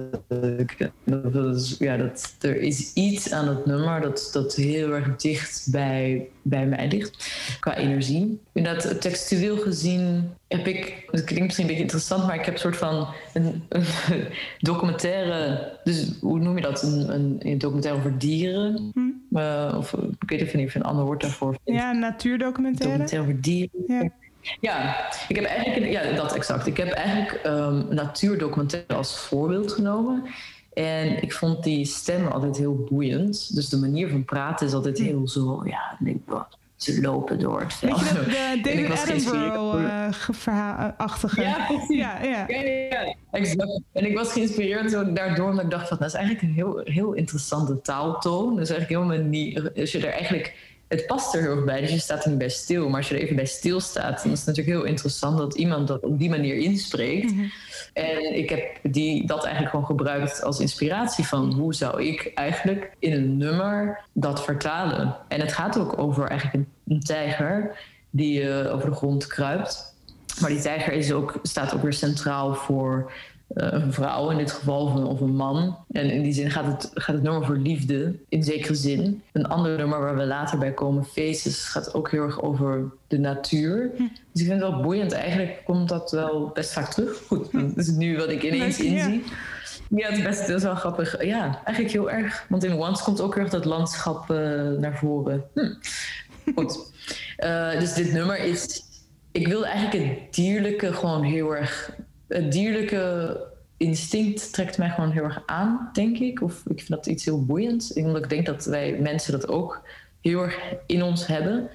Dat is, ja, dat, er is iets aan het nummer dat, dat heel erg dicht bij, bij mij ligt, qua energie. Inderdaad, textueel gezien heb ik, het klinkt misschien een beetje interessant, maar ik heb een soort van een, een documentaire, dus hoe noem je dat? Een, een, een documentaire over dieren? Hm. Uh, of ik weet even niet of je een ander woord daarvoor vindt. Ja, natuurdocumentaire. Documentaire over dieren. Ja. Ja, ik heb eigenlijk, ja, dat exact. Ik heb eigenlijk um, natuurdocumentaire als voorbeeld genomen. En ik vond die stem altijd heel boeiend. Dus de manier van praten is altijd heel zo, ja, ik, ze lopen door het veld. Weet je dat, de David Attenborough-achtige? Uh, ja, ja, ja. Ja, ja, ja, exact. En ik was geïnspireerd zo daardoor, omdat ik dacht van, dat is eigenlijk een heel, heel interessante taaltoon. Dus eigenlijk heel manier, als je er eigenlijk... Het past er heel erg bij, dus je staat er niet bij stil. Maar als je er even bij stil staat, dan is het natuurlijk heel interessant dat iemand dat op die manier inspreekt. Mm-hmm. En ik heb die, dat eigenlijk gewoon gebruikt als inspiratie van hoe zou ik eigenlijk in een nummer dat vertalen. En het gaat ook over eigenlijk een, een tijger die uh, over de grond kruipt. Maar die tijger is ook, staat ook weer centraal voor... Uh, een vrouw in dit geval, of een, of een man. En in die zin gaat het, gaat het nummer voor liefde, in zekere zin. Een ander nummer waar we later bij komen, Faces, gaat ook heel erg over de natuur. Hm. Dus ik vind het wel boeiend. Eigenlijk komt dat wel best vaak terug. Goed, hm. dat is nu wat ik ineens inzie. Ja. Ja, het is best dat is wel grappig. Ja, eigenlijk heel erg. Want in Once komt ook heel erg dat landschap uh, naar voren. Hm. Goed. Uh, dus dit nummer is... Ik wilde eigenlijk het dierlijke gewoon heel erg... Het dierlijke instinct trekt mij gewoon heel erg aan, denk ik. Of ik vind dat iets heel boeiends. Omdat ik denk dat wij mensen dat ook heel erg in ons hebben.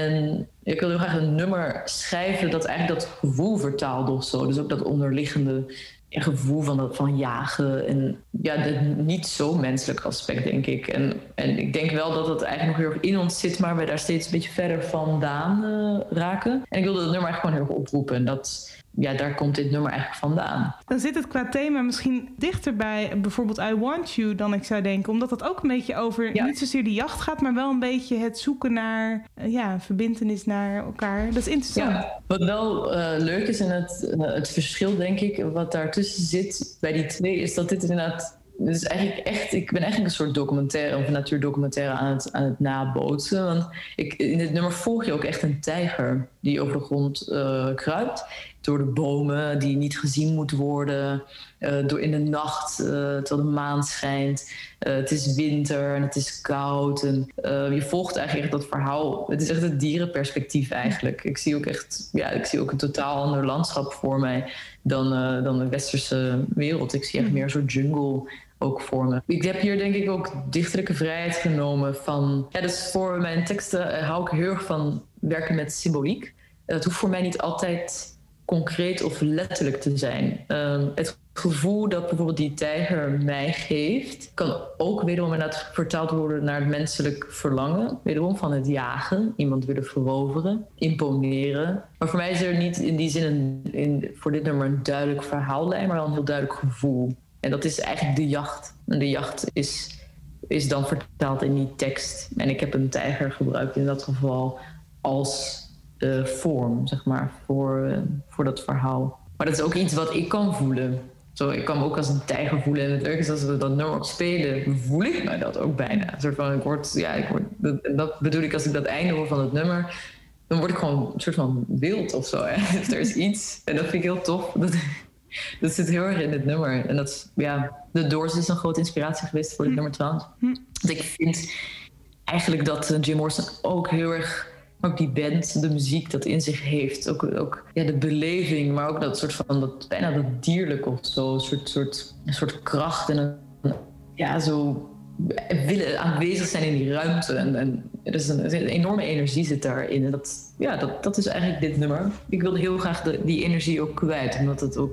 En ik wil heel graag een nummer schrijven dat eigenlijk dat gevoel vertaalt of zo. Dus ook dat onderliggende gevoel van, dat, van jagen. En ja, dat niet zo menselijk aspect, denk ik. En, en ik denk wel dat het eigenlijk nog heel erg in ons zit, maar wij daar steeds een beetje verder vandaan uh, raken. En ik wilde dat nummer eigenlijk gewoon heel erg oproepen. En dat... Ja, daar komt dit nummer eigenlijk vandaan. Dan zit het qua thema misschien dichter bij bijvoorbeeld I Want You dan ik zou denken. Omdat het ook een beetje over ja. niet zozeer de jacht gaat, maar wel een beetje het zoeken naar ja, verbintenis naar elkaar. Dat is interessant. Ja, wat wel uh, leuk is en het, uh, het verschil, denk ik, wat daartussen zit bij die twee, is dat dit inderdaad... Dus eigenlijk echt, ik ben eigenlijk een soort documentaire of een natuurdocumentaire aan het, aan het nabootsen. Want ik, in dit nummer volg je ook echt een tijger die over de grond uh, kruipt. Door de bomen die niet gezien moeten worden. Uh, door in de nacht, uh, terwijl de maan schijnt. Uh, het is winter en het is koud. En, uh, je volgt eigenlijk echt dat verhaal. Het is echt het dierenperspectief eigenlijk. Ik zie ook echt, ja, ik zie ook een totaal ander landschap voor mij dan, uh, dan de westerse wereld. Ik zie echt meer een soort jungle ook voor me. Ik heb hier denk ik ook dichterlijke vrijheid genomen van... Ja, dus voor mijn teksten uh, hou ik heel erg van werken met symboliek. Uh, het hoeft voor mij niet altijd concreet of letterlijk te zijn. Uh, het gevoel dat bijvoorbeeld die tijger mij geeft... kan ook wederom inderdaad vertaald worden naar het menselijk verlangen. Wederom van het jagen, iemand willen veroveren, imponeren. Maar voor mij is er niet in die zin een, in, voor dit nummer een duidelijk verhaallijn... maar wel een heel duidelijk gevoel. En dat is eigenlijk de jacht. En de jacht is, is dan vertaald in die tekst. En ik heb een tijger gebruikt in dat geval als uh, vorm, zeg maar, voor, uh, voor dat verhaal. Maar dat is ook iets wat ik kan voelen. Zo, ik kan me ook als een tijger voelen. En het leuke is, als we dat nummer ook spelen, voel ik mij dat ook bijna. Een soort van, ik word, ja, ik word, dat, dat bedoel ik als ik dat einde hoor van het nummer... dan word ik gewoon een soort van wild of zo. Hè? Er is iets. En dat vind ik heel tof. Dat, dat zit heel erg in dit nummer. En dat is, ja, The Doors is een grote inspiratie geweest voor dit nummer trouwens. Want ik vind eigenlijk dat Jim Morrison ook heel erg... ook die band, de muziek dat in zich heeft. Ook, ook ja, de beleving, maar ook dat soort van... Dat, bijna dat dierlijk of zo. Een soort, soort, een soort kracht en een... Ja, zo... willen aanwezig zijn in die ruimte. En, en er is een, een enorme energie zit daarin. En dat, ja, dat, dat is eigenlijk dit nummer. Ik wilde heel graag de, die energie ook kwijt. Omdat het ook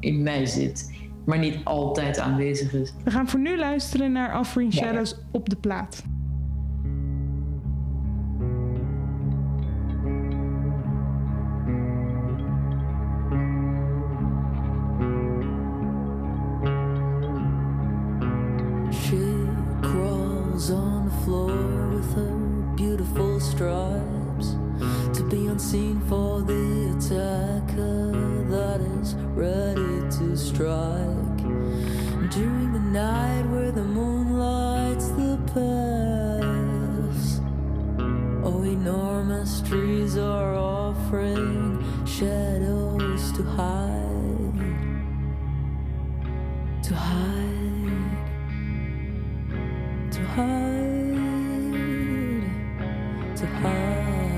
in mij zit, maar niet altijd aanwezig is. We gaan voor nu luisteren naar Offering Shadows ja. op de plaat. On the floor with her beautiful stripes, to be unseen for the attacker that is ready to strike. During the night where the moon lights the paths, oh, enormous trees are offering shadows to hide, to hide, to hide, to hide.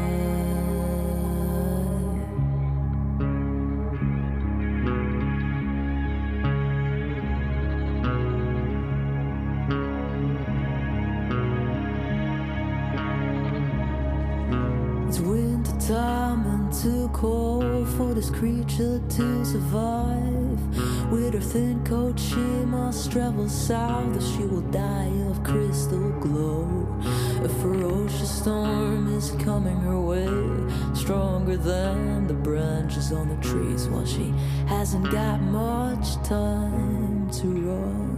It's winter time and too cold for this creature to survive. With her thin coat she must travel south, or she will die of crystal glow. A ferocious storm is coming her way, stronger than the branches on the trees, while she hasn't got much time to run,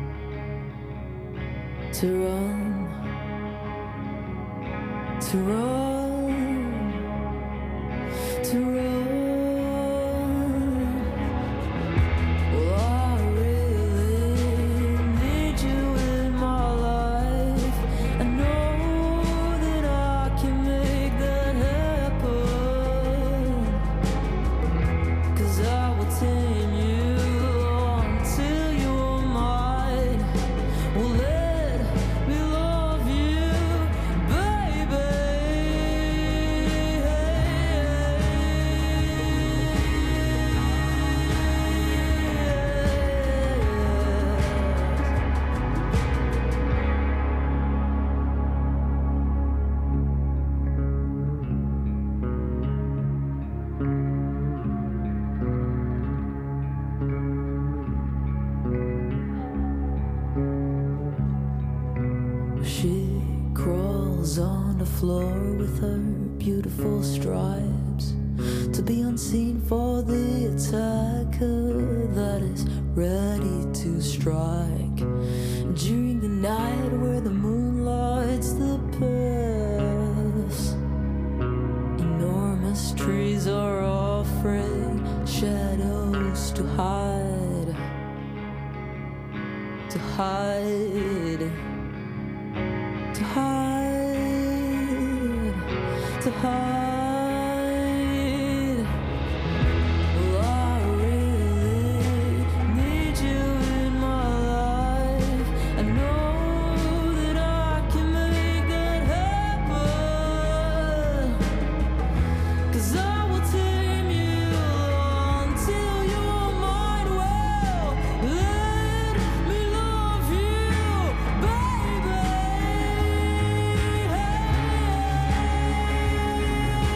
to run, to run, to run. Floor with her beautiful stripes, to be unseen for the attacker that is ready to strike. During the night where the moon lights the paths, enormous trees are offering shadows to hide, to hide, to hide, to hide. Well, I really need you in my life. I know that I can make that happen, 'cause I will tame you until you're mine. Well, let me love you, baby. Hey.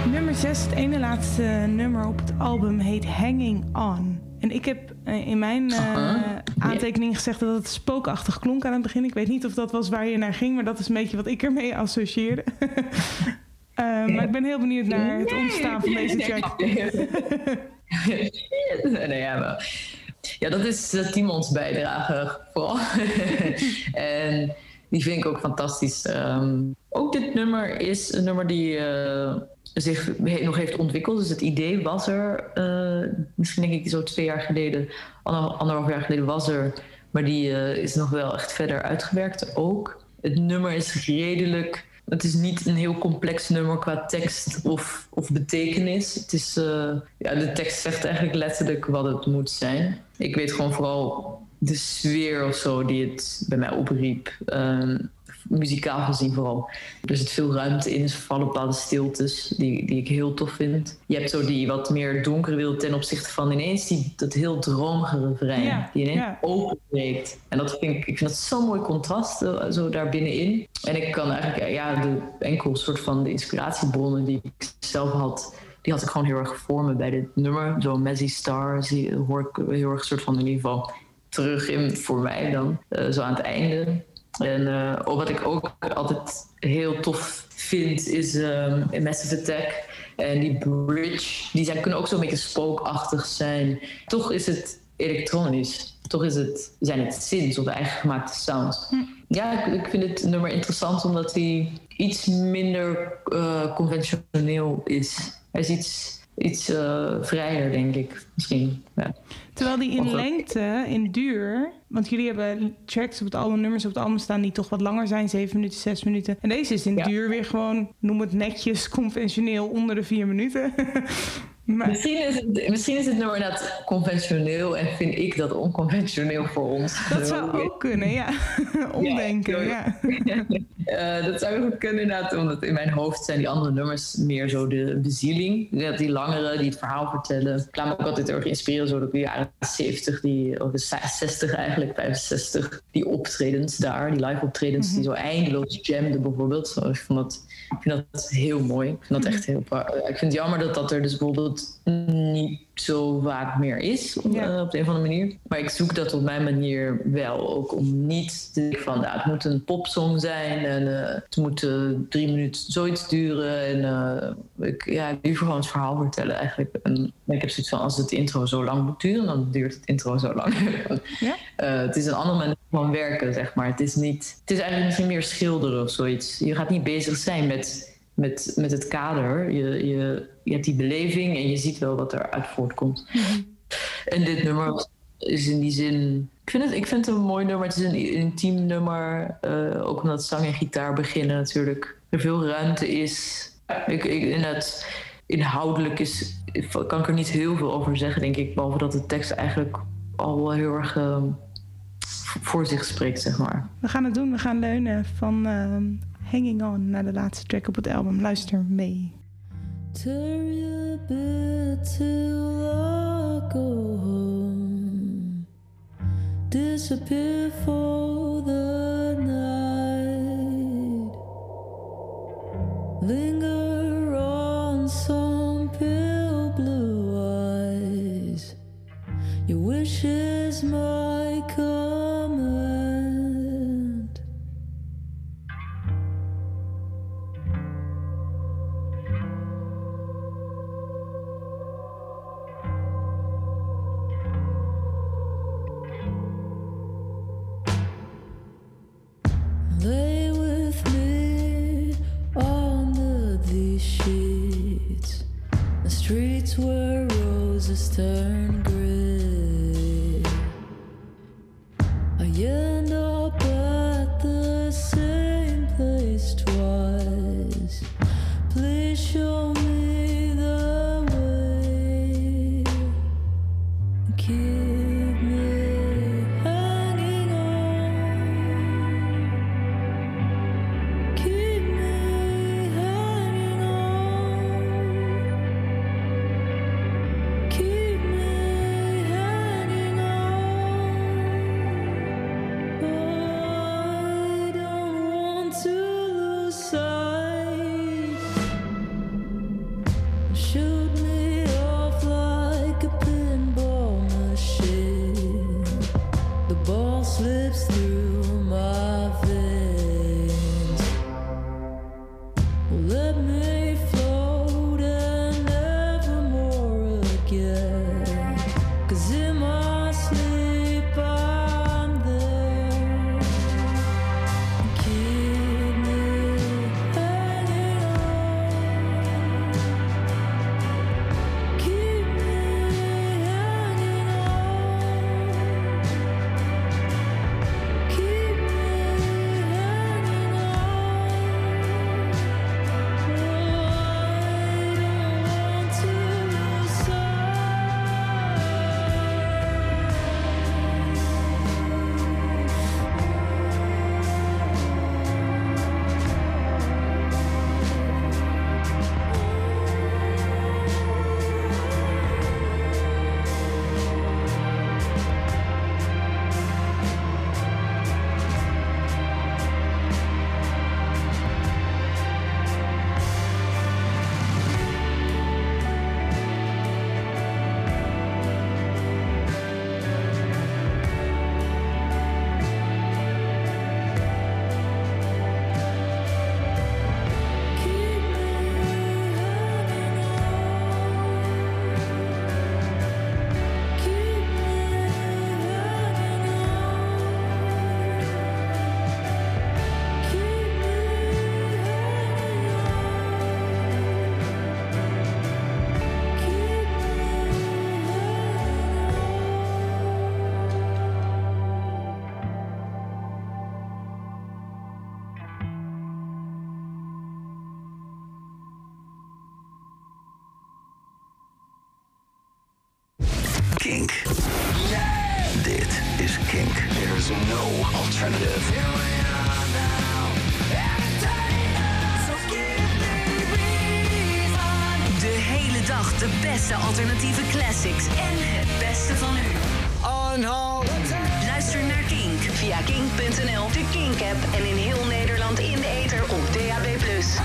Nummer zes, het ene laatste nummer op het album, heet Hanging On. En ik heb uh, in mijn uh, uh-huh. aantekening gezegd dat het spookachtig klonk aan het begin. Ik weet niet of dat was waar je naar ging, maar dat is een beetje wat ik ermee associeerde. uh, maar ik ben heel benieuwd naar het ontstaan van deze track. nee, ja, maar... ja, dat is uh, Timons bijdrage vooral. En die vind ik ook fantastisch. Um, ook dit nummer is een nummer die... Uh, zich nog heeft ontwikkeld. Dus het idee was er, uh, misschien denk ik zo twee jaar geleden, ander, anderhalf jaar geleden was er, maar die uh, is nog wel echt verder uitgewerkt ook. Het nummer is redelijk, het is niet een heel complex nummer qua tekst of, of betekenis. Het is, uh, ja, de tekst zegt eigenlijk letterlijk wat het moet zijn. Ik weet gewoon vooral de sfeer of zo die het bij mij opriep. Um, muzikaal gezien vooral. Er zit veel ruimte in, er vallen bepaalde stiltes die, die ik heel tof vind. Je hebt zo die wat meer donkere wereld ten opzichte van ineens die, dat heel dromige refrein, ja, die ineens ja. openbreekt. En dat vind ik, ik vind dat zo'n mooi contrast zo daar binnenin. En ik kan eigenlijk, ja, de enkel soort van de inspiratiebronnen die ik zelf had, die had ik gewoon heel erg voor me bij dit nummer. Zo Mazzy Star, zie, hoor ik heel erg soort van in ieder geval terug in voor mij dan, uh, zo aan het einde. En uh, wat ik ook altijd heel tof vind is um, Massive Attack en die bridge. Die zijn, kunnen ook zo'n beetje spookachtig zijn. Toch is het elektronisch. Toch is het, zijn het synths of eigen gemaakte sounds. Hm. Ja, ik, ik vind het nummer interessant omdat hij iets minder uh, conventioneel is. Hij is iets... Iets uh, vrijer, denk ik, misschien. Ja. Terwijl die in lengte, in duur... Want jullie hebben tracks op het album, nummers op het album staan die toch wat langer zijn. Zeven minuten, zes minuten. En deze is in ja. duur weer gewoon, noem het netjes, conventioneel onder de vier minuten. Maar... Misschien, is het, misschien is het nummer inderdaad conventioneel en vind ik dat onconventioneel voor ons. Dat zou ook kunnen, ja. Omdenken, ja. ja. uh, dat zou goed kunnen inderdaad, omdat in mijn hoofd zijn die andere nummers meer zo de bezieling. Die langere, die het verhaal vertellen. Ik laat me ook altijd erg inspireren, zo door de jaren zeventig, die, of de zestig eigenlijk, vijfenzestig. Die optredens daar, die live optredens, mm-hmm. die zo eindeloos jamden bijvoorbeeld. Zo, ik, vond dat, ik vind dat heel mooi. Ik vind dat echt heel... Ik vind het jammer dat dat er dus bijvoorbeeld niet zo vaak meer is op, ja. uh, op de een of andere manier. Maar ik zoek dat op mijn manier wel. Ook om niet te denken van, nou, het moet een popsong zijn en uh, het moet uh, drie minuten zoiets duren. En uh, ik, ja, ik liever gewoon het verhaal vertellen eigenlijk. En ik heb zoiets van, als het intro zo lang moet duren, dan duurt het intro zo lang. Ja? uh, het is een andere manier van werken, zeg maar. Het is niet, het is eigenlijk misschien meer schilderen of zoiets. Je gaat niet bezig zijn met... Met, met het kader. Je, je, je hebt die beleving en je ziet wel wat eruit voortkomt. Mm-hmm. En dit nummer is in die zin... Ik vind het, ik vind het een mooi nummer. Het is een intiem nummer. Uh, ook omdat zang en gitaar beginnen natuurlijk. Er veel ruimte is. Ik, ik, in het inhoudelijk is, kan ik er niet heel veel over zeggen, denk ik. Behalve dat de tekst eigenlijk al wel heel erg uh, voor zich spreekt, zeg maar. We gaan het doen. We gaan leunen van... Uh... Hanging On naar de laatste track op het album. Luister mee. Turn your bed till I go home. Disappear for the night. Linger on some pale blue eyes. Your wishes my command. Lay with me under these sheets, the streets where roses turn gray. I end up at the same place twice. Please show me the way. Keep Kink. Yeah! Dit is Kink. There's no alternative. De hele dag de beste alternatieve classics en het beste van u. Luister naar Kink via kink punt n l, de Kink-app en in heel Nederland in de ether op D A B plus.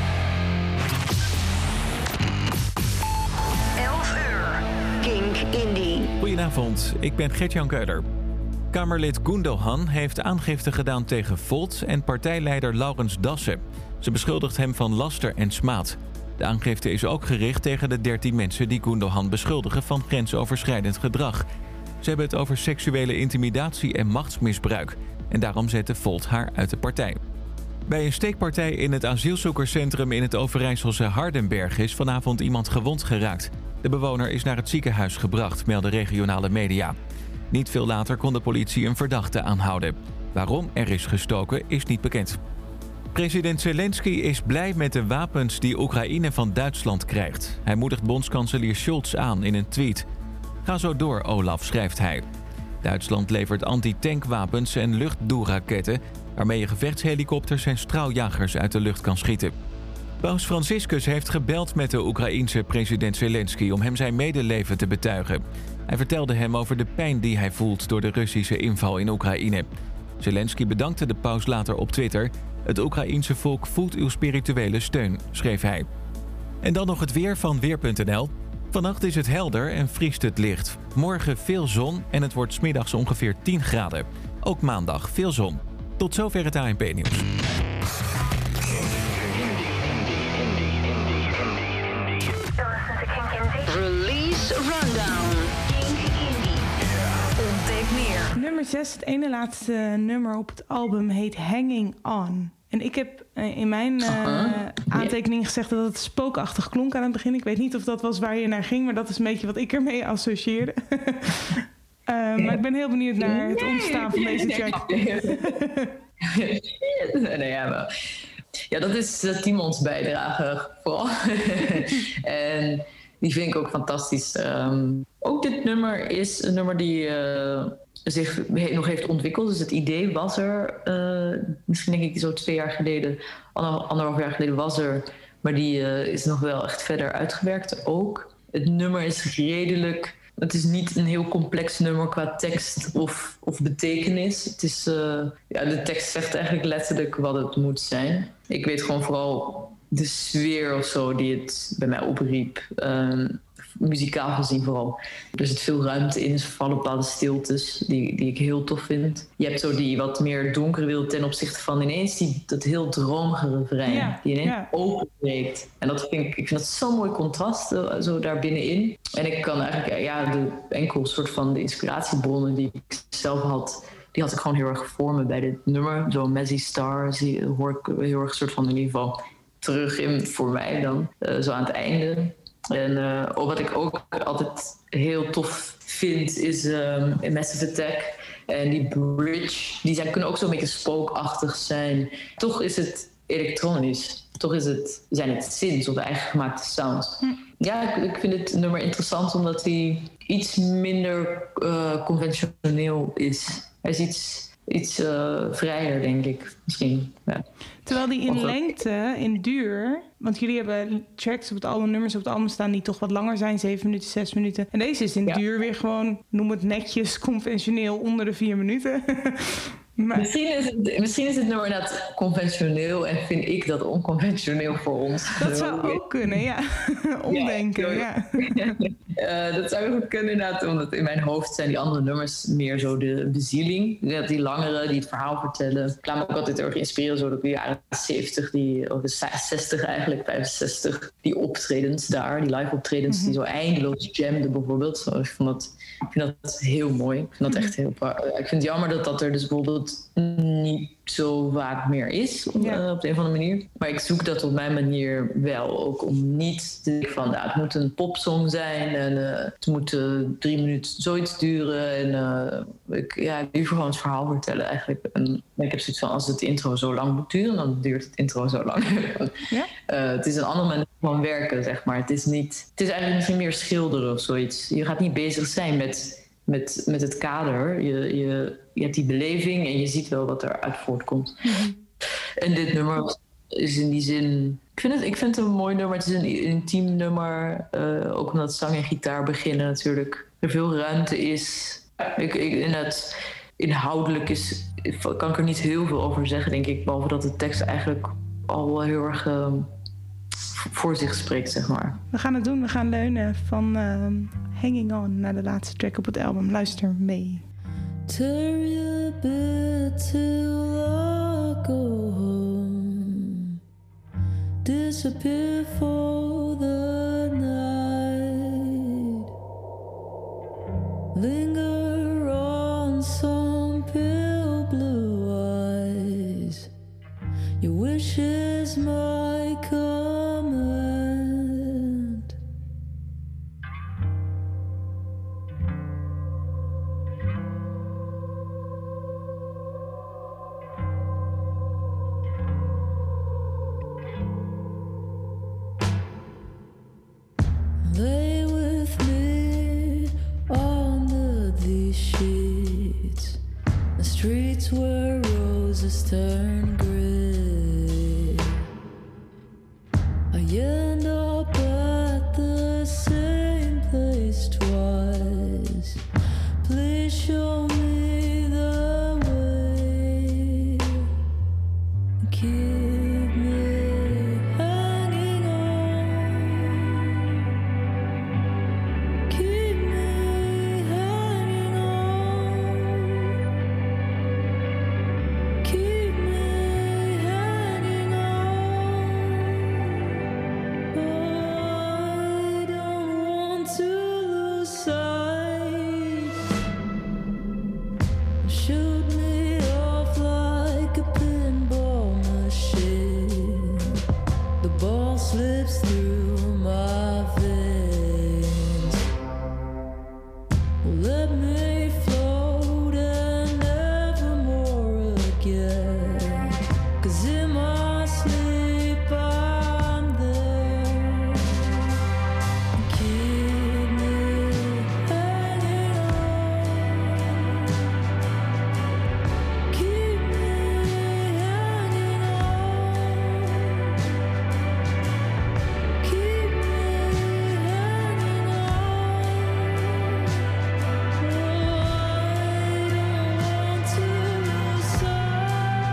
elf uur. Kink Indie. Goedenavond, ik ben Gert-Jan Keuler. Kamerlid Gundogan heeft aangifte gedaan tegen Volt en partijleider Laurens Dassen. Ze beschuldigt hem van laster en smaad. De aangifte is ook gericht tegen de dertien mensen die Gundogan beschuldigen van grensoverschrijdend gedrag. Ze hebben het over seksuele intimidatie en machtsmisbruik. En daarom zette Volt haar uit de partij. Bij een steekpartij in het asielzoekerscentrum in het Overijsselse Hardenberg is vanavond iemand gewond geraakt. De bewoner is naar het ziekenhuis gebracht, melden regionale media. Niet veel later kon de politie een verdachte aanhouden. Waarom er is gestoken is niet bekend. President Zelensky is blij met de wapens die Oekraïne van Duitsland krijgt. Hij moedigt bondskanselier Scholz aan in een tweet. Ga zo door, Olaf, schrijft hij. Duitsland levert anti-tankwapens en luchtdoelraketten, waarmee je gevechtshelikopters en straaljagers uit de lucht kan schieten. Paus Franciscus heeft gebeld met de Oekraïense president Zelensky om hem zijn medeleven te betuigen. Hij vertelde hem over de pijn die hij voelt door de Russische inval in Oekraïne. Zelensky bedankte de paus later op Twitter. Het Oekraïense volk voelt uw spirituele steun, schreef hij. En dan nog het weer van weer punt n l. Vannacht is het helder en vriest het licht. Morgen veel zon en het wordt 's middags ongeveer tien graden. Ook maandag veel zon. Tot zover het A N P-nieuws. Release Rundown. Kink Indie. Ontdek meer. Nummer zes, het ene laatste nummer op het album, heet Hanging On. En ik heb uh, in mijn uh, uh-huh. aantekening gezegd dat het spookachtig klonk aan het begin. Ik weet niet of dat was waar je naar ging, maar dat is een beetje wat ik ermee associeerde. uh, maar ik ben heel benieuwd naar het ontstaan van deze track. nee, ja, maar... ja, dat is uh, Timons bijdrage vooral. En die vind ik ook fantastisch. Um, ook dit nummer is een nummer die... Uh, zich he- nog heeft ontwikkeld. Dus het idee was er, uh, misschien denk ik zo twee jaar geleden, ander, anderhalf jaar geleden was er, maar die uh, is nog wel echt verder uitgewerkt ook. Het nummer is redelijk, het is niet een heel complex nummer qua tekst of, of betekenis. Het is, uh, ja, de tekst zegt eigenlijk letterlijk wat het moet zijn. Ik weet gewoon vooral de sfeer of zo die het bij mij opriep. Um, muzikaal gezien vooral. Er zit veel ruimte in, er vallen bepaalde stiltes die, die ik heel tof vind. Je hebt zo die wat meer donkere wereld ten opzichte van ineens die, dat heel dromige refrein. Ja, die ineens ja. openbreekt. En dat vind ik, ik vind dat zo'n mooi contrast zo daar binnenin. En ik kan eigenlijk, ja, de enkel soort van de inspiratiebronnen die ik zelf had, die had ik gewoon heel erg voor me bij dit nummer. Zo Mazzy Star zie, hoor ik heel erg soort van in ieder geval terug in voor mij dan. Uh, zo aan het einde. En uh, wat ik ook altijd heel tof vind is um, in Massive Attack en die bridge, die zijn, kunnen ook zo'n beetje spookachtig zijn. Toch is het elektronisch. Toch is het, zijn het synths of eigen gemaakte sounds. Hm. Ja, ik, ik vind het nummer interessant omdat hij iets minder uh, conventioneel is. Hij is iets... Iets uh, vrijer, denk ik, misschien. Ja. Terwijl die in lengte, in duur... Want jullie hebben tracks op het album, nummers op het album staan die toch wat langer zijn. Zeven minuten, zes minuten. En deze is in ja. duur weer gewoon, noem het netjes, conventioneel onder de vier minuten. Maar... Misschien, is het, misschien is het nummer inderdaad conventioneel en vind ik dat onconventioneel voor ons. Dat zou ook kunnen, ja. Omdenken, ja. ja. uh, dat zou goed kunnen inderdaad, omdat in mijn hoofd zijn die andere nummers meer zo de bezieling. Die langere, die het verhaal vertellen. Ik laat me ook altijd erg inspireren, zo door de jaren zeventig, die, of de zestig eigenlijk, vijfenzestig. Die optredens daar, die live optredens, mm-hmm. die zo eindeloos jamden bijvoorbeeld. Zo, ik, vond dat, ik vind dat heel mooi. Ik vind dat echt heel... Ik vind het jammer dat dat er dus bijvoorbeeld het niet zo vaak meer is op, ja. uh, op de een of andere manier. Maar ik zoek dat op mijn manier wel. Ook om niet te denken van, nou, het moet een popsong zijn en uh, het moet uh, drie minuten zoiets duren. En uh, ik, ja, ik liever gewoon het verhaal vertellen eigenlijk. En ik heb zoiets van, als het intro zo lang moet duren, dan duurt het intro zo lang. Ja? uh, het is een andere manier van werken, zeg maar. Het is niet, het is eigenlijk misschien meer schilderen of zoiets. Je gaat niet bezig zijn met... Met, met het kader. Je, je, je hebt die beleving en je ziet wel wat eruit voortkomt. Mm-hmm. En dit nummer is in die zin... Ik vind het, ik vind het een mooi nummer. Het is een intiem nummer. Uh, ook omdat zang en gitaar beginnen natuurlijk. Er veel ruimte is. Ik, ik, in het inhoudelijk is, kan ik er niet heel veel over zeggen, denk ik. Behalve dat de tekst eigenlijk al wel heel erg... Uh, voor zich spreekt, zeg maar. We gaan het doen. We gaan leunen van uh, Hanging On naar de laatste track op het album. Luister mee. Turn your bed till I go home. Disappear for the night. Linger on some pale blue eyes. Your wishes my command. Lay with me under these sheets, the streets where roses turn gray. I end up at the same place twice. Please show me the way. Keep me hanging on. Keep me hanging on. Keep me hanging on. I don't want to lose sight. Shoot me off like a pinball machine. The ball slips through my veins. Let me float and never more again. 'Cause in my sleep I'm there. Keep me hanging on. Keep me hanging on. Keep me hanging on. I don't want to lose sight.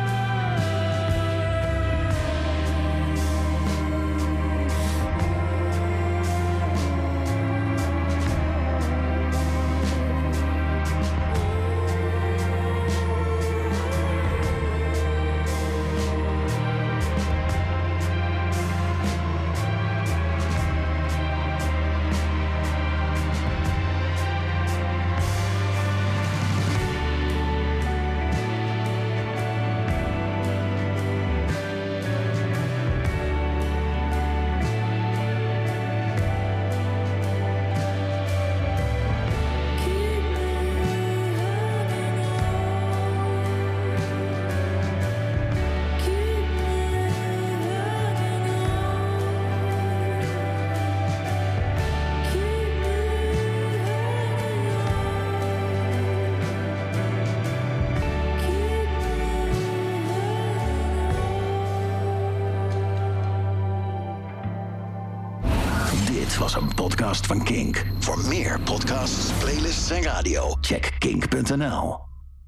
Dit was een podcast van Kink. Voor meer podcasts, playlists en radio, check kink punt n l.